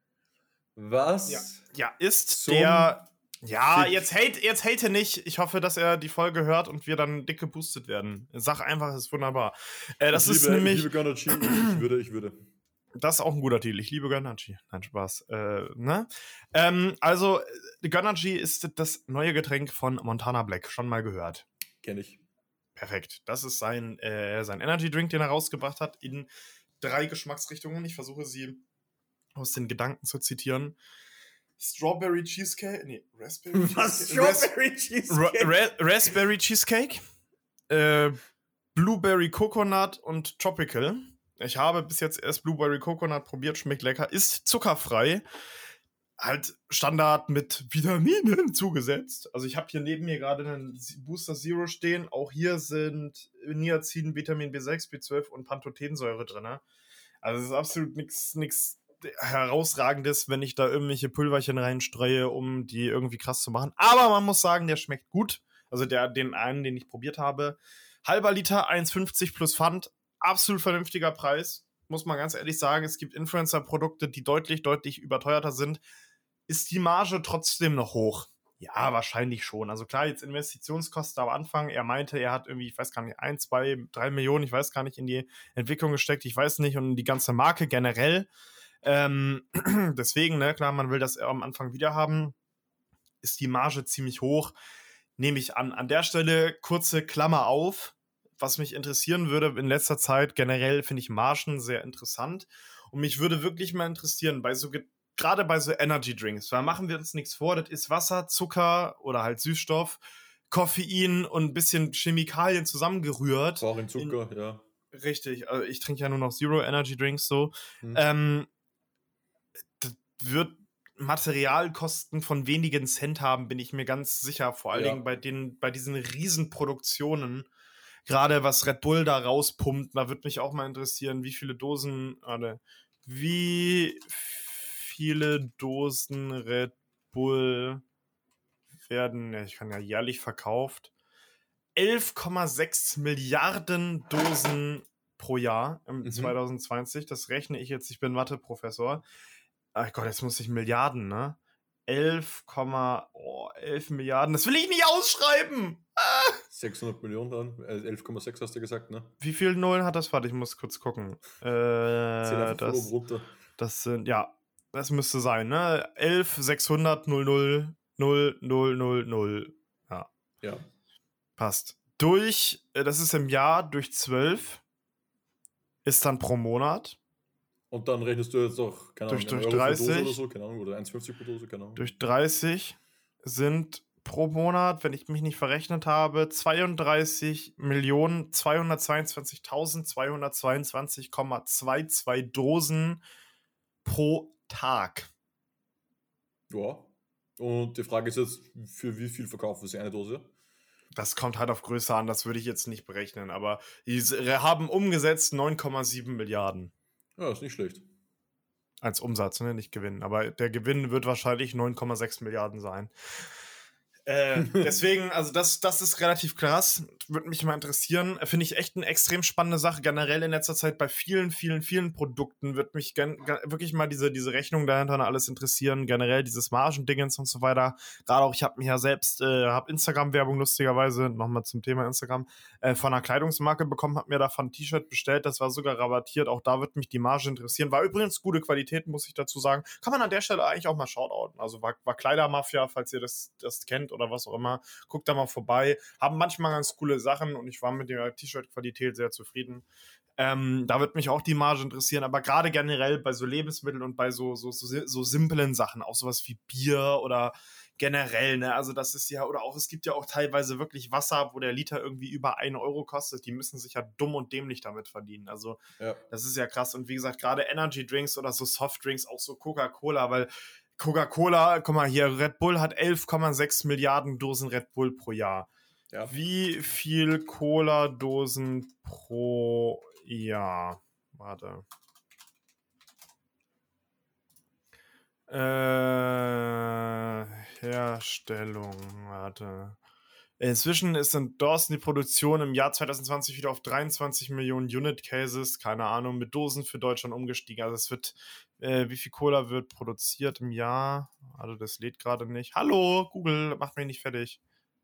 Was? Ja, ja ist Zum der. Ja, Fick. jetzt hate, jetzt hate nicht. Ich hoffe, dass er die Folge hört und wir dann dick geboostet werden. Sag einfach, es ist wunderbar. Äh, das ich ist liebe, nämlich. Ich liebe Gönnergy. Ich würde, ich würde. Das ist auch ein guter Titel. Ich liebe Gönnergy. Nein, Spaß. Äh, ne? ähm, also, Gönnergy ist das neue Getränk von Montana Black. Schon mal gehört. Kenn ich. Perfekt. Das ist sein, äh, sein Energy Drink, den er rausgebracht hat, in drei Geschmacksrichtungen. Ich versuche sie aus den Gedanken zu zitieren. Strawberry Cheesecake. Nee, Raspberry Was? Cheesecake. Strawberry Ra Cheesecake? Ra Raspberry Cheesecake. Äh, Blueberry Coconut und Tropical. Ich habe bis jetzt erst Blueberry Coconut probiert, schmeckt lecker, ist zuckerfrei. Halt Standard mit Vitaminen zugesetzt. Also ich habe hier neben mir gerade einen Booster Zero stehen. Auch hier sind Niacin, Vitamin B sechs, B zwölf und Pantothensäure drin. Also es ist absolut nichts nichts Herausragendes, wenn ich da irgendwelche Pulverchen reinstreue, um die irgendwie krass zu machen. Aber man muss sagen, der schmeckt gut. Also der, den einen, den ich probiert habe. Halber Liter, eins fünfzig plus Pfand. Absolut vernünftiger Preis. Muss man ganz ehrlich sagen. Es gibt Influencer-Produkte, die deutlich, deutlich überteuerter sind. Ist die Marge trotzdem noch hoch? Ja, wahrscheinlich schon. Also klar, jetzt Investitionskosten am Anfang. Er meinte, er hat irgendwie, ich weiß gar nicht, ein, zwei, drei Millionen, ich weiß gar nicht, in die Entwicklung gesteckt. Ich weiß nicht, und die ganze Marke generell. Ähm, deswegen, ne, klar, man will das am Anfang wieder haben. Ist die Marge ziemlich hoch. Nehme ich an. An der Stelle kurze Klammer auf. Was mich interessieren würde in letzter Zeit, generell finde ich Margen sehr interessant. Und mich würde wirklich mal interessieren, bei so gerade bei so Energy Drinks, weil machen wir uns nichts vor, das ist Wasser, Zucker oder halt Süßstoff, Koffein und ein bisschen Chemikalien zusammengerührt. Brauchen Zucker, in, ja. Richtig, also ich trinke ja nur noch Zero Energy Drinks so. Hm. Ähm, das wird Materialkosten von wenigen Cent haben, bin ich mir ganz sicher. Vor allen ja. Dingen bei, den, bei diesen Riesenproduktionen. Gerade was Red Bull da rauspumpt, da würde mich auch mal interessieren, wie viele Dosen, warte, wie viele Dosen Red Bull werden, ich kann ja jährlich verkauft, elf Komma sechs Milliarden Dosen pro Jahr im mhm. zwanzig zwanzig, das rechne ich jetzt, ich bin Mathe-Professor. Ach Gott, jetzt muss ich Milliarden, ne? elf, oh, elf Milliarden, das will ich nicht ausschreiben! Ah! sechshundert Millionen dann, elf Komma sechs hast du gesagt, ne? Wie viele Nullen hat das? Warte, ich muss kurz gucken. Äh, Zähl einfach das, runter. Das sind, ja, das müsste sein, ne? elf sechshundert null null null null null null. Ja. Ja. Passt. Durch, äh, das ist im Jahr durch zwölf, ist dann pro Monat. Und dann rechnest du jetzt auch, keine Ahnung, Durch, durch einen Euro pro Dose dreißig. oder so, keine Ahnung, oder eins fünfzig pro Dose, keine Ahnung. Durch dreißig sind pro Monat, wenn ich mich nicht verrechnet habe, zweiunddreißig Millionen zweihundertzweiundzwanzigtausendzweihundertzweiundzwanzig Komma zweiundzwanzig Dosen pro Tag. Ja. Und die Frage ist jetzt, für wie viel verkaufen sie eine Dose? Das kommt halt auf Größe an, das würde ich jetzt nicht berechnen, aber die s- haben umgesetzt neun Komma sieben Milliarden Ja, ist nicht schlecht. als Umsatz, ne? Nicht Gewinn. Aber der Gewinn wird wahrscheinlich neun Komma sechs Milliarden sein. Äh, deswegen, also das, das ist relativ krass. Würde mich mal interessieren. Finde ich echt eine extrem spannende Sache. Generell in letzter Zeit bei vielen, vielen, vielen Produkten wird mich gen- gen- wirklich mal diese, diese Rechnung dahinter und alles interessieren. Generell dieses Margendingens und so weiter. Gerade auch, ich habe mich ja selbst, äh, habe Instagram-Werbung lustigerweise, nochmal zum Thema Instagram, äh, von einer Kleidungsmarke bekommen, habe mir davon ein T-Shirt bestellt. Das war sogar rabattiert. Auch da wird mich die Marge interessieren. War übrigens gute Qualität, muss ich dazu sagen. Kann man an der Stelle eigentlich auch mal shoutouten. Also war, war Kleidermafia, falls ihr das, das kennt oder was auch immer. Guckt da mal vorbei. Haben manchmal ganz coole Sachen und ich war mit der T-Shirt-Qualität sehr zufrieden. Ähm, da wird mich auch die Marge interessieren, aber gerade generell bei so Lebensmitteln und bei so, so, so, so simplen Sachen, auch sowas wie Bier oder generell, ne, also das ist ja, oder auch, es gibt ja auch teilweise wirklich Wasser, wo der Liter irgendwie über ein Euro kostet, die müssen sich ja dumm und dämlich damit verdienen, also Ja. das ist ja krass und wie gesagt, gerade Energy Drinks oder so Softdrinks, auch so Coca-Cola, weil Coca-Cola, guck mal hier, Red Bull hat elf Komma sechs Milliarden Dosen Red Bull pro Jahr. Ja. Wie viel Cola-Dosen pro Jahr? Warte. Äh, Herstellung, warte. Inzwischen ist in Dawson die Produktion im Jahr zwanzig zwanzig wieder auf dreiundzwanzig Millionen Unit Cases, keine Ahnung, mit Dosen für Deutschland umgestiegen. Also es wird, äh, wie viel Cola wird produziert im Jahr? Also das lädt gerade nicht. Hallo, Google, macht mich nicht fertig.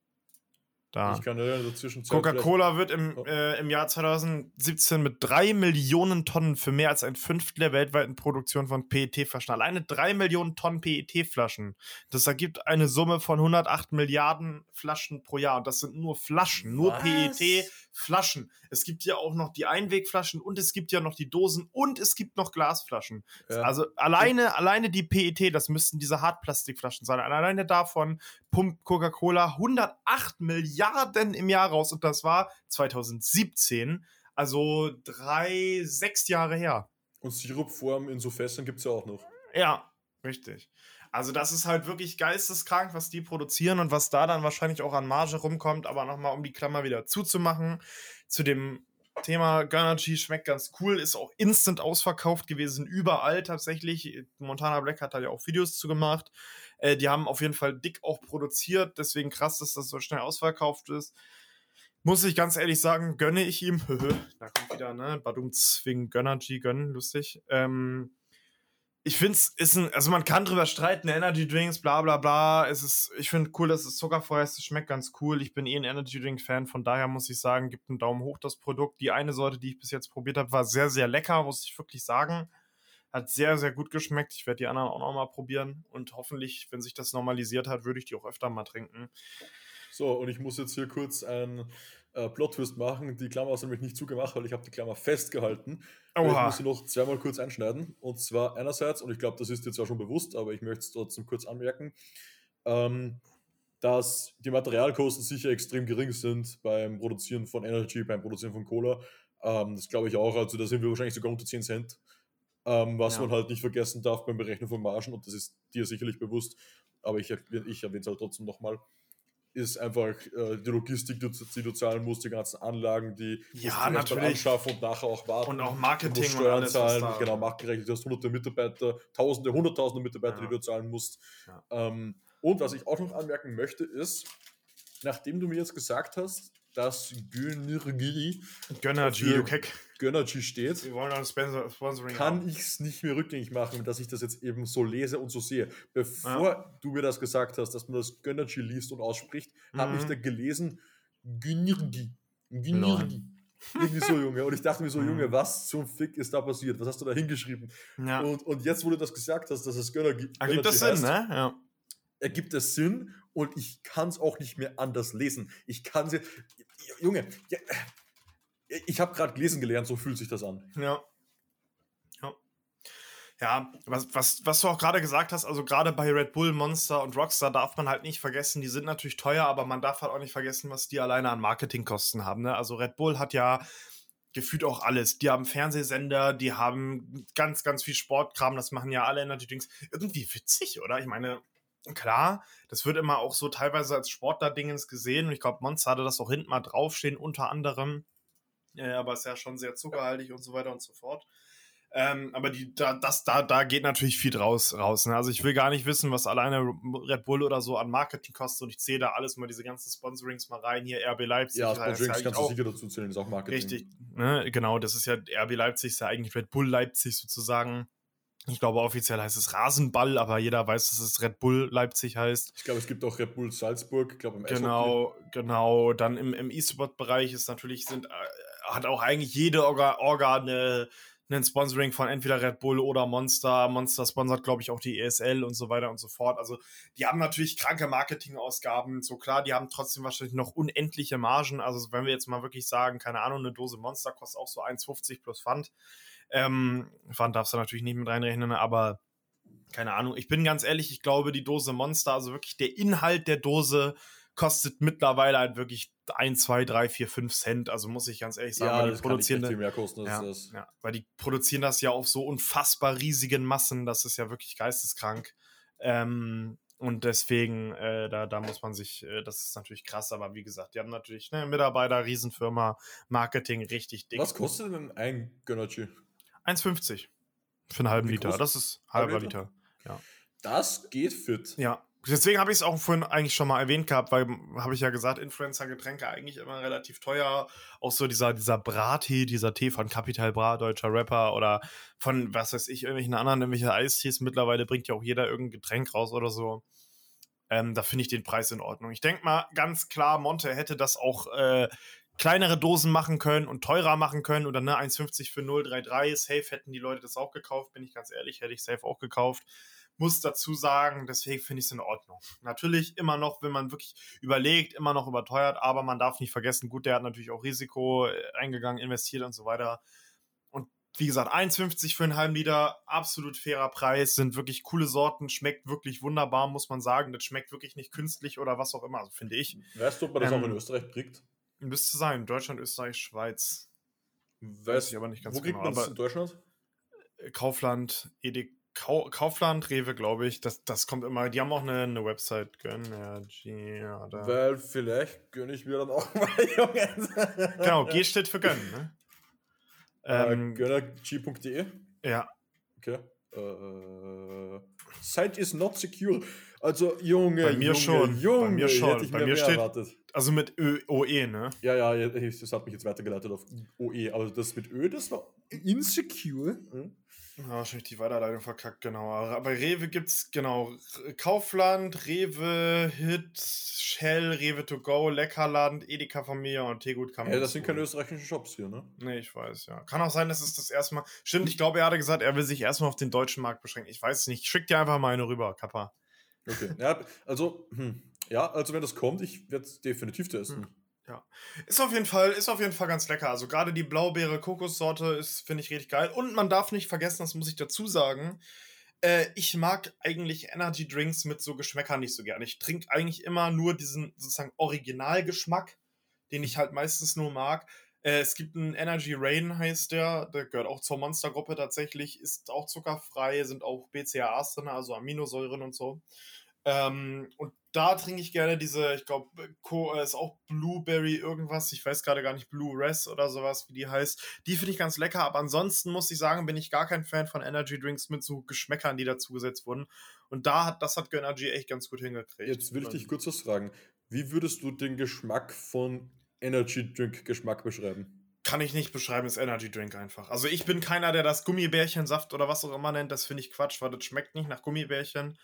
Da. Ich kann ja in der Zwischenzeit Coca-Cola wird im, Oh. äh, im Jahr zwanzig siebzehn mit drei Millionen Tonnen für mehr als ein Fünftel der weltweiten Produktion von P E T-Flaschen. Alleine drei Millionen Tonnen P E T-Flaschen. Das ergibt eine Summe von hundertacht Milliarden Flaschen pro Jahr. Und das sind nur Flaschen, nur Was? P E T-Flaschen. Es gibt ja auch noch die Einwegflaschen und es gibt ja noch die Dosen und es gibt noch Glasflaschen. Ja. Also alleine, alleine die P E T, das müssten diese Hartplastikflaschen sein. Alleine davon pumpt Coca-Cola hundertacht Milliarden im Jahr raus und das war zwanzig siebzehn, also drei, sechs Jahre her. Und Sirupform in so Fässern gibt es ja auch noch. Ja, richtig. Also das ist halt wirklich geisteskrank, was die produzieren und was da dann wahrscheinlich auch an Marge rumkommt, aber nochmal, um die Klammer wieder zuzumachen, zu dem Thema Gönnergy schmeckt ganz cool, ist auch instant ausverkauft gewesen, überall tatsächlich. Montana Black hat da ja auch Videos zu gemacht. Äh, die haben auf jeden Fall dick auch produziert, deswegen krass, dass das so schnell ausverkauft ist. Muss ich ganz ehrlich sagen, gönne ich ihm. Da kommt wieder, ne? Badumts wegen Gönnergy, gönnen, lustig. Ähm, ich finde es ist ein, also man kann drüber streiten, Energy Drinks, bla bla bla. Es ist, ich finde cool, dass es zuckerfrei ist, es schmeckt ganz cool. Ich bin eh ein Energy Drink Fan, von daher muss ich sagen, gibt einen Daumen hoch das Produkt. Die eine Sorte, die ich bis jetzt probiert habe, war sehr, sehr lecker, muss ich wirklich sagen. Hat sehr, sehr gut geschmeckt. Ich werde die anderen auch noch mal probieren und hoffentlich, wenn sich das normalisiert hat, würde ich die auch öfter mal trinken. So, und ich muss jetzt hier kurz ein äh, Plot-Twist machen. Die Klammer ist nämlich nicht zugemacht, weil ich habe die Klammer festgehalten. Ich Oha. muss sie noch zweimal kurz einschneiden. Und zwar einerseits, und ich glaube, das ist dir zwar schon bewusst, aber ich möchte es trotzdem kurz anmerken, ähm, dass die Materialkosten sicher extrem gering sind beim Produzieren von Energy, beim Produzieren von Cola. Ähm, das glaube ich auch. Also da sind wir wahrscheinlich sogar unter zehn Cent. Ähm, was Ja. man halt nicht vergessen darf beim Berechnen von Margen, und das ist dir sicherlich bewusst, aber ich, ich erwähne es halt trotzdem nochmal, ist einfach äh, die Logistik, die, die du zahlen musst, die ganzen Anlagen, die Ja, musst du erst mal natürlich. anschaffen und nachher auch warten. Und auch Du Marketing musst und Steuern alles, was zahlen, da- genau, marktgerechnet, du hast hunderte Mitarbeiter, tausende, hunderttausende Mitarbeiter, Ja. die du zahlen musst. Ja. Ähm, und was ich auch noch anmerken möchte, ist, nachdem du mir jetzt gesagt hast, dass Gönnergy Gönnergy, für du Keck. Gönnergy steht, Wir wollen auch Sponsor Sponsoring kann haben. ich es nicht mehr rückgängig machen, dass ich das jetzt eben so lese und so sehe. Bevor Ja. du mir das gesagt hast, dass man das Gönnergy liest und ausspricht, habe ich Mhm. da gelesen Gönnergy. Gönnergy. Irgendwie so, Junge. Und ich dachte mir so, Junge, Mhm. was zum Fick ist da passiert? Was hast du da hingeschrieben? Ja. Und, und jetzt, wo du das gesagt hast, dass es Gönnergy Ergibt das Sinn, heißt, ne? Ja. ergibt es Sinn und ich kann es auch nicht mehr anders lesen. Ich kann sie. Junge, ja, ich habe gerade lesen gelernt, so fühlt sich das an. Ja. Ja. Ja, was, was, was du auch gerade gesagt hast, also gerade bei Red Bull, Monster und Rockstar darf man halt nicht vergessen, die sind natürlich teuer, aber man darf halt auch nicht vergessen, was die alleine an Marketingkosten haben. Ne? Also Red Bull hat ja gefühlt auch alles. Die haben Fernsehsender, die haben ganz, ganz viel Sportkram, das machen ja alle Energy Drinks. Irgendwie witzig, oder? Ich meine, klar, das wird immer auch so teilweise als Sportler-Dingens gesehen und ich glaube, Monster hatte das auch hinten mal draufstehen, unter anderem. Ja, aber ist ja schon sehr zuckerhaltig und so weiter und so fort. Ähm, aber die, da, das, da, da geht natürlich viel draus raus. Ne? Also ich will gar nicht wissen, was alleine Red Bull oder so an Marketing kostet und ich zähle da alles mal diese ganzen Sponsorings mal rein. Hier R B Leipzig. Ja, das ist Sponsorings ja kannst du auch sicher dazu zählen, ist auch Marketing. richtig. Ne? Genau, das ist ja R B Leipzig, ist ja eigentlich Red Bull Leipzig sozusagen. Ich glaube, offiziell heißt es Rasenball, aber jeder weiß, dass es Red Bull Leipzig heißt. Ich glaube, es gibt auch Red Bull Salzburg, ich glaube im Eishockey. Genau, genau. Dann im, im E-Sport-Bereich ist natürlich, sind, äh, hat auch eigentlich jede Orga, Orga eine, einen Sponsoring von entweder Red Bull oder Monster. Monster sponsert, glaube ich, auch die E S L und so weiter und so fort. Also die haben natürlich kranke Marketingausgaben. So klar, die haben trotzdem wahrscheinlich noch unendliche Margen. Also wenn wir jetzt mal wirklich sagen, keine Ahnung, eine Dose Monster kostet auch so eins fünfzig plus Pfand. Ähm, Pfand darfst du natürlich nicht mit reinrechnen, aber keine Ahnung. Ich bin ganz ehrlich, ich glaube, die Dose Monster, also wirklich der Inhalt der Dose kostet mittlerweile halt wirklich ein, zwei, drei, vier, fünf Cent. Also muss ich ganz ehrlich sagen, Ja, weil die das kann nicht produzieren echt viel mehr kosten als ja, das. ja, weil die produzieren das ja auf so unfassbar riesigen Massen, das ist ja wirklich geisteskrank. Ähm, und deswegen, äh, da, da muss man sich, äh, das ist natürlich krass, aber wie gesagt, die haben natürlich ne, Mitarbeiter, Riesenfirma, Marketing, richtig dick. Was kostet denn ein Gönnergy? eins fünfzig für einen halben Wie Liter, groß? das ist Halb halber Liter? Liter. Ja. Das geht fit. Ja, deswegen habe ich es auch vorhin eigentlich schon mal erwähnt gehabt, weil, habe ich ja gesagt, Influencer-Getränke eigentlich immer relativ teuer. Auch so dieser, dieser Brattee, dieser Tee von Capital Bra, deutscher Rapper oder von, was weiß ich, irgendwelchen anderen, irgendwelche Eistees. Mittlerweile bringt ja auch jeder irgendein Getränk raus oder so. Ähm, da finde ich den Preis in Ordnung. Ich denke mal, ganz klar, Monte hätte das auch äh, kleinere Dosen machen können und teurer machen können oder ne, eins fünfzig für null Komma dreiunddreißig. Safe hätten die Leute das auch gekauft, bin ich ganz ehrlich, hätte ich safe auch gekauft. Muss dazu sagen, deswegen finde ich es in Ordnung. Natürlich immer noch, wenn man wirklich überlegt, immer noch überteuert, aber man darf nicht vergessen, gut, der hat natürlich auch Risiko eingegangen, investiert und so weiter. Und wie gesagt, eins fünfzig für einen halben Liter, absolut fairer Preis, sind wirklich coole Sorten, schmeckt wirklich wunderbar, muss man sagen. Das schmeckt wirklich nicht künstlich oder was auch immer, also finde ich. Weißt du, ob man das Ähm, auch in Österreich kriegt? Müsste sein, Deutschland, Österreich, Schweiz. Weiß Weiß ich aber nicht ganz Wo kriegt genau. man das Aber in Deutschland? Kaufland, Edeka, Kau Kaufland, Rewe, glaube ich. Das, das kommt immer. Die haben auch eine, eine Website. Gönnergy, ja, da. Weil vielleicht gönne ich mir dann auch mal, Junge. Genau, G steht für gönnen, ne? Ähm, äh, Gönnergy punkt de. ja. Okay. Äh, Site is not secure. Also, Junge, Bei mir Junge, schon. Junge, Bei mir schon. hätte ich Bei mir mir mehr steht- erwartet. Also mit Ö, O E, ne? Ja, ja, ja, das hat mich jetzt weitergeleitet auf O E, aber das mit Ö, das war insecure. Hm? Ja, wahrscheinlich die Weiterleitung verkackt, genau. Aber bei Rewe gibt's, genau, Kaufland, Rewe, Hit, Shell, Rewe to go, Leckerland, Edeka Familie und Teegut kann man. Ja, das sind keine österreichischen Shops hier, ne? Nee, ich weiß, ja. Kann auch sein, dass es das erste Mal. Stimmt, ich glaube, er hatte gesagt, er will sich erstmal auf den deutschen Markt beschränken. Ich weiß es nicht. Schick dir einfach mal eine rüber, Kappa. Okay. Ja, also, hm. ja, also wenn das kommt, ich werde es definitiv testen. Ja. Ist auf jeden Fall, ist auf jeden Fall ganz lecker. Also gerade die Blaubeere Kokossorte ist, finde ich, richtig geil. Und man darf nicht vergessen, das muss ich dazu sagen, äh, ich mag eigentlich Energy Drinks mit so Geschmäckern nicht so gerne. Ich trinke eigentlich immer nur diesen sozusagen Originalgeschmack, den ich halt meistens nur mag. Äh, es gibt einen Energy Rain, heißt der. Der gehört auch zur Monstergruppe tatsächlich. Ist auch zuckerfrei, sind auch B C A As drin, also Aminosäuren und so. Ähm, und da trinke ich gerne diese, ich glaube, äh, ist auch Blueberry irgendwas, ich weiß gerade gar nicht, Blue Res oder sowas, wie die heißt. Die finde ich ganz lecker, aber ansonsten muss ich sagen, bin ich gar kein Fan von Energy Drinks mit so Geschmäckern, die dazugesetzt wurden. Und da hat, das hat Gönnergy echt ganz gut hingekriegt. Jetzt will ich dich kurz was fragen. Wie würdest du den Geschmack von Energy Drink Geschmack beschreiben? Kann ich nicht beschreiben, ist Energy Drink einfach. Also ich bin keiner, der das Gummibärchensaft oder was auch immer nennt, das finde ich Quatsch, weil das schmeckt nicht nach Gummibärchen.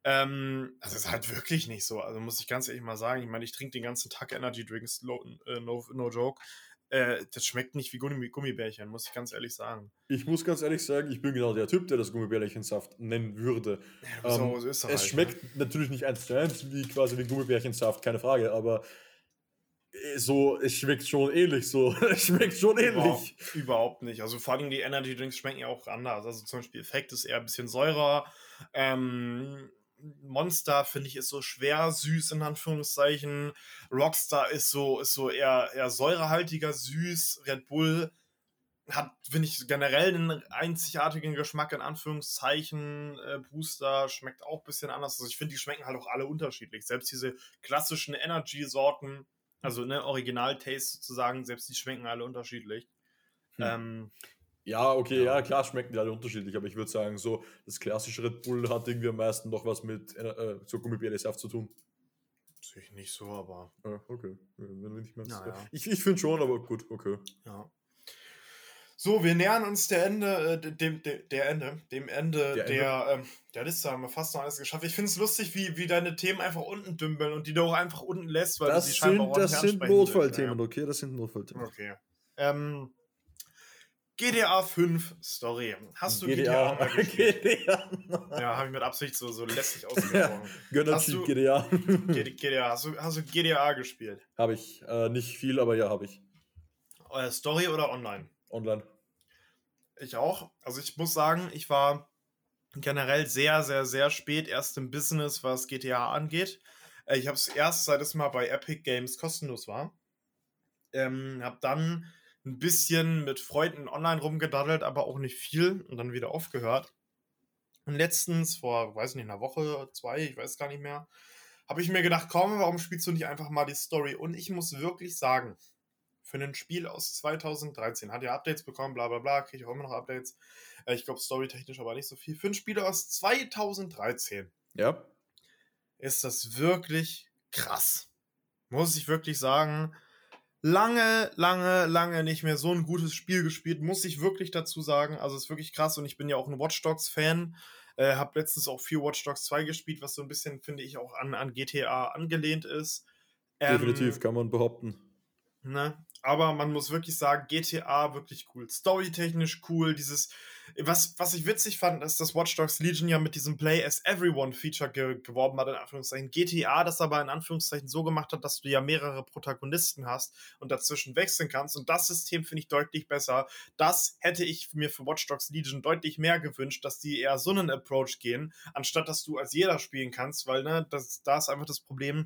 Ähm, das ist halt wirklich nicht so. Also muss ich ganz ehrlich mal sagen, ich meine, ich trinke den ganzen Tag Energy Drinks, no, äh, no, no joke. Äh, das schmeckt nicht wie Gummi Gummibärchen, muss ich ganz ehrlich sagen. Ich muss ganz ehrlich sagen, ich bin genau der Typ, der das Gummibärchensaft nennen würde. Ja, du bist auch Ähm, aus es Österreich, ne? schmeckt natürlich nicht eins zu eins wie quasi wie Gummibärchensaft, keine Frage, aber äh, so, es schmeckt schon ähnlich so. Es schmeckt schon Überhaupt, ähnlich. überhaupt nicht. Also vor allem die Energy Drinks schmecken ja auch anders. Also zum Beispiel Effekt ist eher ein bisschen säurer. Ähm, Monster, finde ich, ist so schwer süß, in Anführungszeichen. Rockstar ist so, ist so eher, eher säurehaltiger süß. Red Bull hat, finde ich, generell einen einzigartigen Geschmack, in Anführungszeichen. Äh, Booster schmeckt auch ein bisschen anders. Also ich finde, die schmecken halt auch alle unterschiedlich. Selbst diese klassischen Energy-Sorten, also ne, Original-Taste sozusagen, selbst die schmecken alle unterschiedlich. Hm. Ähm, Ja, okay, ja. ja, klar schmecken die alle unterschiedlich, aber ich würde sagen, so das klassische Red Bull hat irgendwie am meisten noch was mit äh, so Gummibärchensaft zu tun. Sehe ich nicht so, aber Ah, okay. Wenn du nicht meinst. naja. Ich, ich finde schon, aber gut, okay. Ja. So, wir nähern uns der Ende, äh, dem, dem, der Ende, dem Ende Der der, Ende? ähm, der Liste haben wir fast noch alles geschafft. Ich finde es lustig, wie, wie deine Themen einfach unten dümpeln und die du auch einfach unten lässt, weil du sie Das scheinbar sind, auch nicht das sind ansprechen willst. Notfallthemen, Ja, okay? Das sind Notfallthemen. okay. Ähm, G T A fünf Story. Hast du G T A, G T A, mal gespielt? G T A. Ja, habe ich mit Absicht so, so lässig ausgesprochen. Gönner Hast Cheat du G T A. G T A, hast du, hast du G T A gespielt? Habe ich. Äh, nicht viel, aber ja, habe ich. Äh, Story oder online? Online. Ich auch. Also ich muss sagen, ich war generell sehr, sehr, sehr spät erst im Business, was G T A angeht. Äh, ich habe es erst, seit es mal bei Epic Games kostenlos war. Ähm, habe dann ein bisschen mit Freunden online rumgedaddelt, aber auch nicht viel und dann wieder aufgehört. Und letztens, vor, weiß nicht, einer Woche, zwei, ich weiß gar nicht mehr, habe ich mir gedacht, komm, warum spielst du nicht einfach mal die Story? Und ich muss wirklich sagen, für ein Spiel aus zweitausenddreizehn, hat ja Updates bekommen, bla bla bla, kriege ich auch immer noch Updates. Äh, ich glaube, storytechnisch aber nicht so viel. Für ein Spiel aus zweitausenddreizehn Ja. ist das wirklich krass. Muss ich wirklich sagen. Lange, lange, lange nicht mehr so ein gutes Spiel gespielt, muss ich wirklich dazu sagen. Also ist wirklich krass und ich bin ja auch ein Watch Dogs Fan. Äh, hab letztens auch viel Watch Dogs zwei gespielt, was so ein bisschen, finde ich, auch an, an G T A angelehnt ist. Definitiv, Ähm, kann man behaupten. Ne? Aber man muss wirklich sagen, G T A wirklich cool. Storytechnisch cool. Dieses, was, was ich witzig fand, ist, dass Watch Dogs Legion ja mit diesem Play as Everyone Feature ge geworben hat, in Anführungszeichen. G T A das aber in Anführungszeichen so gemacht hat, dass du ja mehrere Protagonisten hast und dazwischen wechseln kannst. Und das System finde ich deutlich besser. Das hätte ich mir für Watch Dogs Legion deutlich mehr gewünscht, dass die eher so einen Approach gehen, anstatt dass du als jeder spielen kannst, weil, ne, das, da ist einfach das Problem.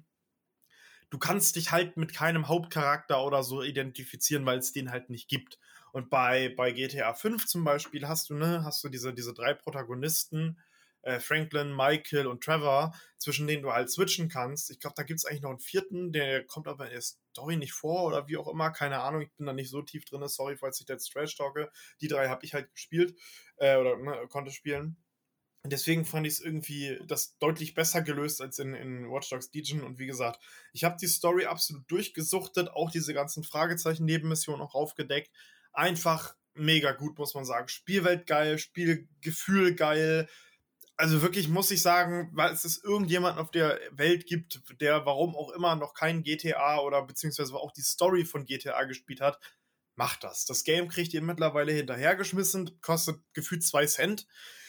Du kannst dich halt mit keinem Hauptcharakter oder so identifizieren, weil es den halt nicht gibt. Und bei, bei G T A fünf zum Beispiel hast du, ne, hast du diese, diese drei Protagonisten, äh, Franklin, Michael und Trevor, zwischen denen du halt switchen kannst. Ich glaube, da gibt es eigentlich noch einen vierten, der kommt aber in der Story nicht vor oder wie auch immer, keine Ahnung, ich bin da nicht so tief drin, sorry, falls ich da jetzt Trash talke. Die drei habe ich halt gespielt äh, oder ne, konnte spielen. Und deswegen fand ich es irgendwie das deutlich besser gelöst als in, in Watch Dogs Legion. Und wie gesagt, ich habe die Story absolut durchgesuchtet, auch diese ganzen Fragezeichen-Nebenmissionen auch aufgedeckt. Einfach mega gut, muss man sagen. Spielwelt geil, Spielgefühl geil. Also wirklich muss ich sagen, weil es es irgendjemanden auf der Welt gibt, der warum auch immer noch kein G T A oder beziehungsweise auch die Story von G T A gespielt hat, macht das. Das Game kriegt ihr mittlerweile hinterhergeschmissen, kostet gefühlt zwei Cent.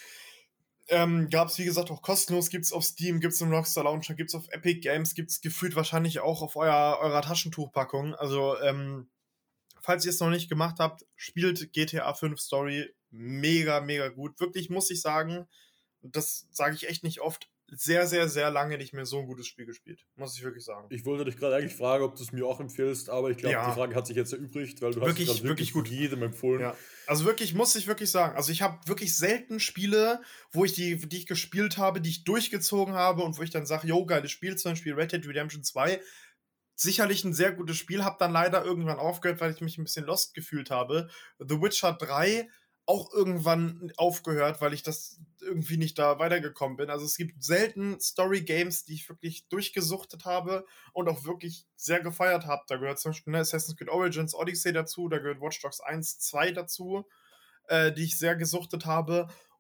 Ähm, gab es, wie gesagt, auch kostenlos, gibt's auf Steam, gibt's im Rockstar Launcher, gibt's auf Epic Games, gibt's gefühlt wahrscheinlich auch auf euer, eurer Taschentuchpackung. Also, ähm, falls ihr es noch nicht gemacht habt, spielt G T A fünf Story mega, mega gut. Wirklich muss ich sagen, das sage ich echt nicht oft, sehr, sehr, sehr lange nicht mehr so ein gutes Spiel gespielt. Muss ich wirklich sagen. Ich wollte dich gerade eigentlich fragen, ob du es mir auch empfiehlst, aber ich glaube, Ja. die Frage hat sich jetzt erübrigt, weil du hast es Wirklich, gerade wirklich wirklich gut. jedem empfohlen. Ja. Also wirklich, muss ich wirklich sagen. Also ich habe wirklich selten Spiele, wo ich die, die ich gespielt habe, die ich durchgezogen habe und wo ich dann sage, jo, geiles Spiel, zum Beispiel Red Dead Redemption zwei. Sicherlich ein sehr gutes Spiel, habe dann leider irgendwann aufgehört, weil ich mich ein bisschen lost gefühlt habe. The Witcher drei auch irgendwann aufgehört, weil ich das irgendwie nicht da weitergekommen bin. Also es gibt selten Story-Games, die ich wirklich durchgesuchtet habe und auch wirklich sehr gefeiert habe. Da gehört zum Beispiel ne, Assassin's Creed Origins, Odyssey dazu, da gehört Watch Dogs eins, zwei dazu, äh, die ich sehr gesuchtet habe.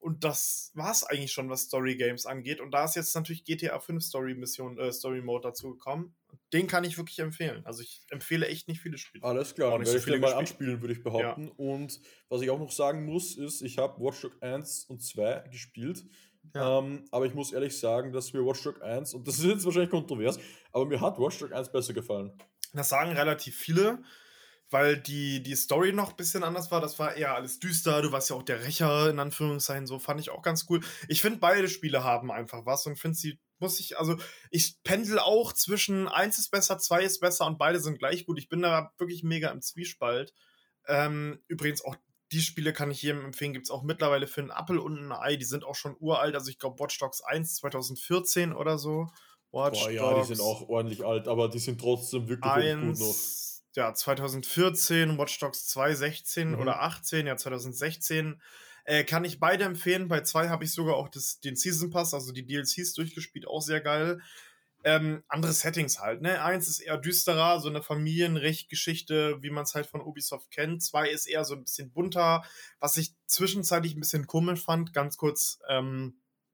und das war es eigentlich schon, was Story-Games angeht. Und da ist jetzt natürlich G T A fünf Story-Mission, äh, Story-Mode dazu gekommen. Den kann ich wirklich empfehlen. Also ich empfehle echt nicht viele Spiele. Alles klar, Auch dann nicht werde so ich viele den mal gespielt. anspielen, würde ich Ja. behaupten. Und was ich auch noch sagen muss, ist, ich habe Watch Dogs eins und zwei gespielt. Ja. Ähm, aber ich muss ehrlich sagen, dass mir Watch Dogs eins, und das ist jetzt wahrscheinlich kontrovers, aber mir hat Watch Dogs eins besser gefallen. Das sagen relativ viele, weil die, die Story noch ein bisschen anders war. Das war eher alles düster. Du warst ja auch der Rächer, in Anführungszeichen. So fand ich auch ganz cool. Ich finde, beide Spiele haben einfach was und finde sie, muss ich, also ich pendel auch zwischen eins ist besser, zwei ist besser und beide sind gleich gut. Ich bin da wirklich mega im Zwiespalt. Ähm, übrigens auch die Spiele kann ich jedem empfehlen. Gibt es auch mittlerweile für einen Apfel und ein Ei. Die sind auch schon uralt. Also ich glaube Watch Dogs eins zwanzig vierzehn oder so. Watch Boah, ja, Dogs die sind auch ordentlich alt, aber die sind trotzdem wirklich, wirklich gut noch. eins, ja, zwanzig vierzehn, Watch Dogs zwei sechzehn Mhm. oder achtzehn, ja, zwanzig sechzehn. Äh, kann ich beide empfehlen. Bei zwei habe ich sogar auch das, den Season Pass, also die D L Cs durchgespielt, auch sehr geil. Ähm, andere Settings halt, ne? Eins ist eher düsterer, so eine Familienrechtgeschichte, wie man es halt von Ubisoft kennt. Zwei ist eher so ein bisschen bunter, was ich zwischenzeitlich ein bisschen komisch fand. Ganz kurz, ähm,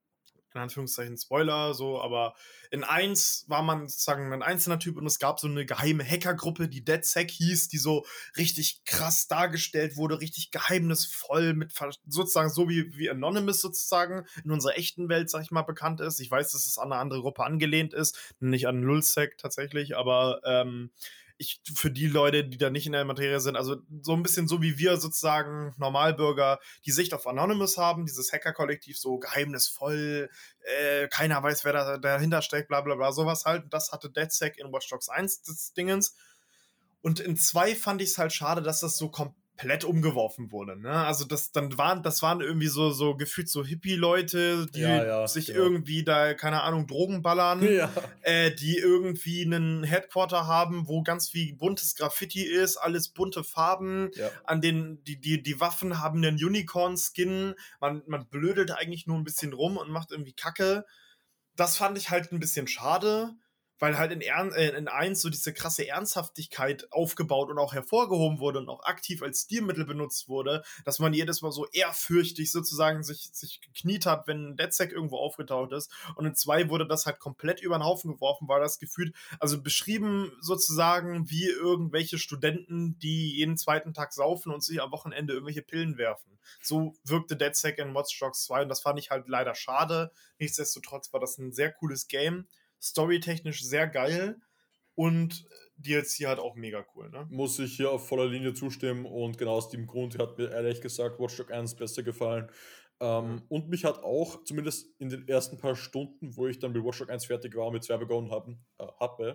in Anführungszeichen Spoiler, so, aber in eins war man sozusagen ein einzelner Typ und es gab so eine geheime Hackergruppe, die DedSec hieß, die so richtig krass dargestellt wurde, richtig geheimnisvoll, mit sozusagen so wie, wie Anonymous sozusagen in unserer echten Welt, sag ich mal, bekannt ist. Ich weiß, dass es an eine andere Gruppe angelehnt ist, nicht an Lulzsec tatsächlich, aber ähm, ich, für die Leute, die da nicht in der Materie sind, also so ein bisschen so wie wir sozusagen Normalbürger die Sicht auf Anonymous haben, dieses Hacker-Kollektiv so geheimnisvoll, äh, keiner weiß, wer da dahinter steckt, bla bla bla, sowas halt. Das hatte DedSec in Watch Dogs eins des Dingens. Und in zwei fand ich es halt schade, dass das so komplett umgeworfen wurde. Ne? Also das dann waren, das waren irgendwie so, so gefühlt so Hippie-Leute, die Ja, ja, sich genau. irgendwie da, keine Ahnung, Drogen ballern, Ja. äh, die irgendwie einen Headquarter haben, wo ganz viel buntes Graffiti ist, alles bunte Farben, Ja. an den, die, die, die Waffen haben einen Unicorn-Skin, man, man blödelt eigentlich nur ein bisschen rum und macht irgendwie Kacke. Das fand ich halt ein bisschen schade, weil halt in, Ern äh, in eins so diese krasse Ernsthaftigkeit aufgebaut und auch hervorgehoben wurde und auch aktiv als Stilmittel benutzt wurde, dass man jedes Mal so ehrfürchtig sozusagen sich, sich gekniet hat, wenn DedSec irgendwo aufgetaucht ist. Und in zwei wurde das halt komplett über den Haufen geworfen, weil das gefühlt, also beschrieben sozusagen wie irgendwelche Studenten, die jeden zweiten Tag saufen und sich am Wochenende irgendwelche Pillen werfen. So wirkte DedSec in Watch Dogs zwei und das fand ich halt leider schade. Nichtsdestotrotz war das ein sehr cooles Game. Storytechnisch sehr geil und D L C halt auch mega cool, ne? Muss ich hier auf voller Linie zustimmen und genau aus dem Grund hat mir ehrlich gesagt Watch Dogs eins besser gefallen. Ähm, Mhm. Und mich hat auch, zumindest in den ersten paar Stunden, wo ich dann mit Watch Dogs eins fertig war und mit zwei begonnen haben, äh, habe,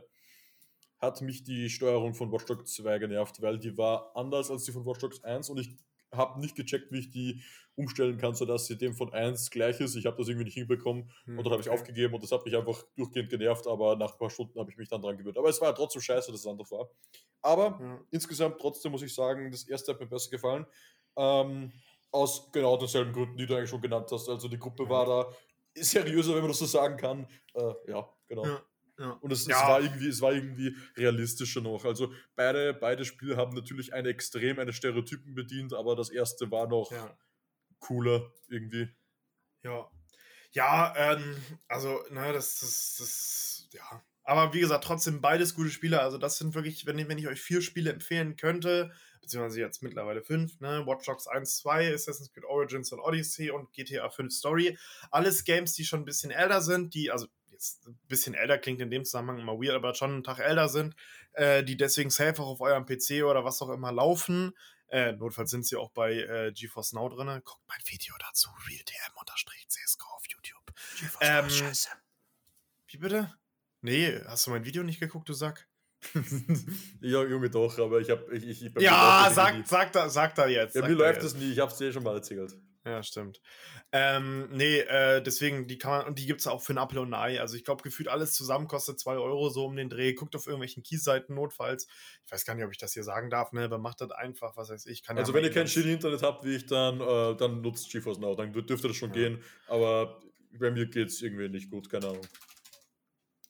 hat mich die Steuerung von Watch Dogs zwei genervt, weil die war anders als die von Watch Dogs eins und ich habe nicht gecheckt, wie ich die umstellen kann, sodass sie dem von eins gleich ist. Ich habe das irgendwie nicht hinbekommen Hm, und dann habe ich okay. aufgegeben und das hat mich einfach durchgehend genervt, aber nach ein paar Stunden habe ich mich dann dran gewöhnt. Aber es war ja trotzdem scheiße, dass es anders war. Aber Ja. insgesamt trotzdem muss ich sagen, das erste hat mir besser gefallen. Ähm, aus genau denselben Gründen, die du eigentlich schon genannt hast. Also die Gruppe Ja. war da seriöser, wenn man das so sagen kann. Äh, ja, genau. Ja, ja. Und es, es, Ja. war irgendwie, es war irgendwie realistischer noch. Also beide, beide Spiele haben natürlich eine extrem eine Stereotypen bedient, aber das erste war noch Ja. cooler irgendwie. Ja. Ja, ähm, also, ne, das, das, das, ja. Aber wie gesagt, trotzdem beides gute Spiele. Also, das sind wirklich, wenn ich, wenn ich euch vier Spiele empfehlen könnte, beziehungsweise jetzt mittlerweile fünf, ne, Watch Dogs eins, zwei, Assassin's Creed Origins und Odyssey und G T A fünf Story. Alles Games, die schon ein bisschen älter sind, die, also, jetzt ein bisschen älter klingt in dem Zusammenhang immer weird, aber schon einen Tag älter sind, äh, die deswegen safe auch auf eurem P C oder was auch immer laufen. Äh, notfalls sind sie auch bei äh, GeForce Now drin. Guckt mein Video dazu, realtm-C S G O auf YouTube. GeForce Ähm, Now ist scheiße. Wie bitte? Nee, hast du mein Video nicht geguckt, du Sack? Ja, Junge, doch, aber ich habe. Ich, ich, bei mir Ja, läuft das irgendwie sag, sag, da, sag da jetzt. nie. Ja, sag mir da läuft jetzt. das nie, ich hab's dir schon mal erzählt. Ja, stimmt. Ähm, nee, äh, deswegen, die kann man, und die gibt's auch für ein Apfel und ein Ei. Also ich glaube, gefühlt alles zusammen kostet zwei Euro so um den Dreh. Guckt auf irgendwelchen Keys-Seiten notfalls. Ich weiß gar nicht, ob ich das hier sagen darf, ne? Aber macht das einfach, was weiß ich. Kann Also ja wenn mal ihr kein eben- shitty Internet habt wie ich, dann, äh, dann nutzt GeForce Now, dann dürfte das schon Ja. gehen, aber bei mir geht's irgendwie nicht gut, keine Ahnung.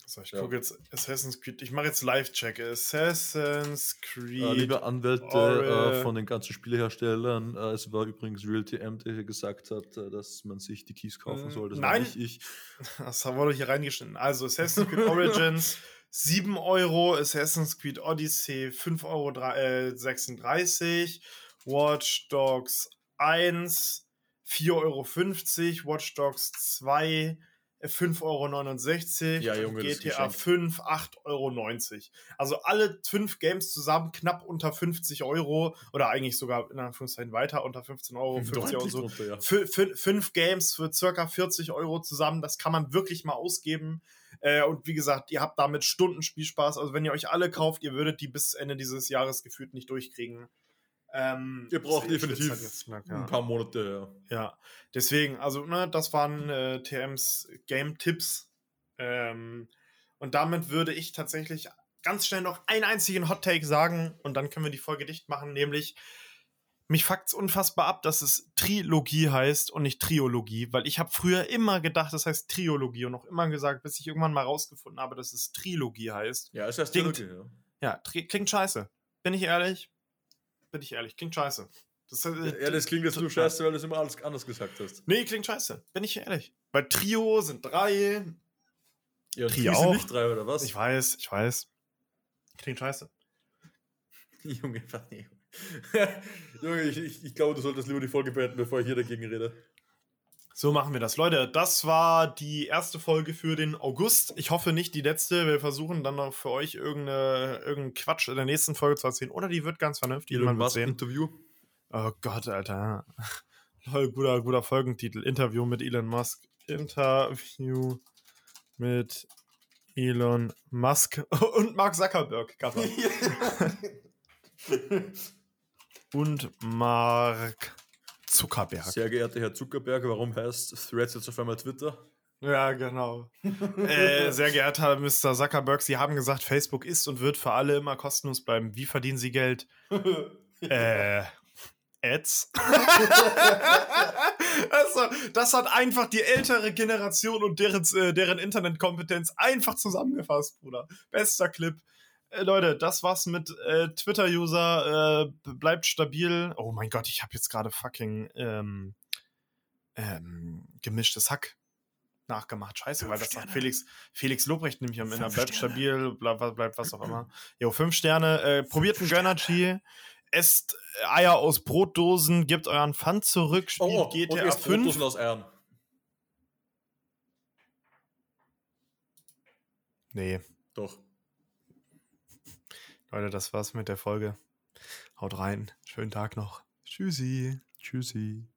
So, ich Ja. gucke jetzt Assassin's Creed. Ich mache jetzt Live-Check. Assassin's Creed. Äh, liebe Anwälte Ori- äh, von den ganzen Spieleherstellern, äh, es war übrigens RealTM, der gesagt hat, äh, dass man sich die Keys kaufen Mm, soll. Das nein. war nicht ich. Das wurde hier reingeschnitten. Also Assassin's Creed Origins sieben Euro, Assassin's Creed Odyssey fünf Euro sechsunddreißig, Watch Dogs eins vier Euro fünfzig, Watch Dogs zwei fünf Euro neunundsechzig Ja, und Junge, das ist G T A geschenkt. fünf acht Euro neunzig. Also alle fünf Games zusammen knapp unter fünfzig Euro oder eigentlich sogar in Anführungszeichen weiter unter fünfzehn Euro, fünfzig Euro Deutlich so. drunter, ja. Fü- fü- Fünf Games für circa vierzig Euro zusammen, das kann man wirklich mal ausgeben. Äh, und wie gesagt, ihr habt damit Stunden Spielspaß. Also wenn ihr euch alle kauft, ihr würdet die bis Ende dieses Jahres gefühlt nicht durchkriegen. Ähm, Ihr braucht ich- ich definitiv schwitze halt jetzt, ne, ja. ein paar Monate, ja. Ja, deswegen, also, ne, das waren äh, T Ms Game-Tipps. Ähm, und damit würde ich tatsächlich ganz schnell noch einen einzigen Hot-Take sagen und dann können wir die Folge dicht machen, nämlich mich fuckt's unfassbar ab, dass es Trilogie heißt und nicht Triologie, weil ich habe früher immer gedacht, das heißt Triologie und auch immer gesagt, bis ich irgendwann mal rausgefunden habe, dass es Trilogie heißt. Ja, ist ja Klingt- Trilogie, ja. Ja, tri- klingt scheiße. Bin ich ehrlich? Bin ich ehrlich, klingt scheiße. Das, äh, Ja, das klingt jetzt nur scheiße, weil du es immer alles anders gesagt hast. Nee, klingt scheiße. Bin ich ehrlich. Weil Trio sind drei. Ja, und Trio Tri sind auch. nicht drei, oder was? Ich weiß, ich weiß. Klingt scheiße. Junge, was- nee. Junge, ich, ich, ich glaube, du solltest lieber die Folge beenden, bevor ich hier dagegen rede. So machen wir das. Leute, das war die erste Folge für den August. Ich hoffe nicht die letzte. Wir versuchen dann noch für euch irgendeine, irgendeinen Quatsch in der nächsten Folge zu erzählen. Oder die wird ganz vernünftig. Elon man wird Musk sehen. Interview. Oh Gott, Alter. Lol, guter, guter Folgentitel. Interview mit Elon Musk. Interview mit Elon Musk und Mark Zuckerberg. Cover. Und Mark Zuckerberg. Sehr geehrter Herr Zuckerberg, warum heißt Threads jetzt auf einmal Twitter? Ja, genau. äh, sehr geehrter Mister Zuckerberg, Sie haben gesagt, Facebook ist und wird für alle immer kostenlos bleiben. Wie verdienen Sie Geld? äh, Ads? also, das hat einfach die ältere Generation und deren, äh, deren Internetkompetenz einfach zusammengefasst, Bruder. Bester Clip. Äh, Leute, das war's mit äh, Twitter-User. Äh, bleibt stabil. Oh mein Gott, ich habe jetzt gerade fucking ähm, ähm, gemischtes Hack nachgemacht. Scheiße, Fünf weil das sagt Sterne. Felix, Felix Lobrecht nämlich am Ende. Fünf Bleibt Sterne. stabil, bleibt, bleibt was auch immer. Jo, fünf Sterne. Äh, probiert einen Gönnergy. Esst Eier aus Brotdosen. Gebt euren Pfand zurück. Spielt Oh, G und T A esst fünf. Brotdosen aus Eiern. Nee, Doch. Leute, das war's mit der Folge. Haut rein. Schönen Tag noch. Tschüssi. Tschüssi.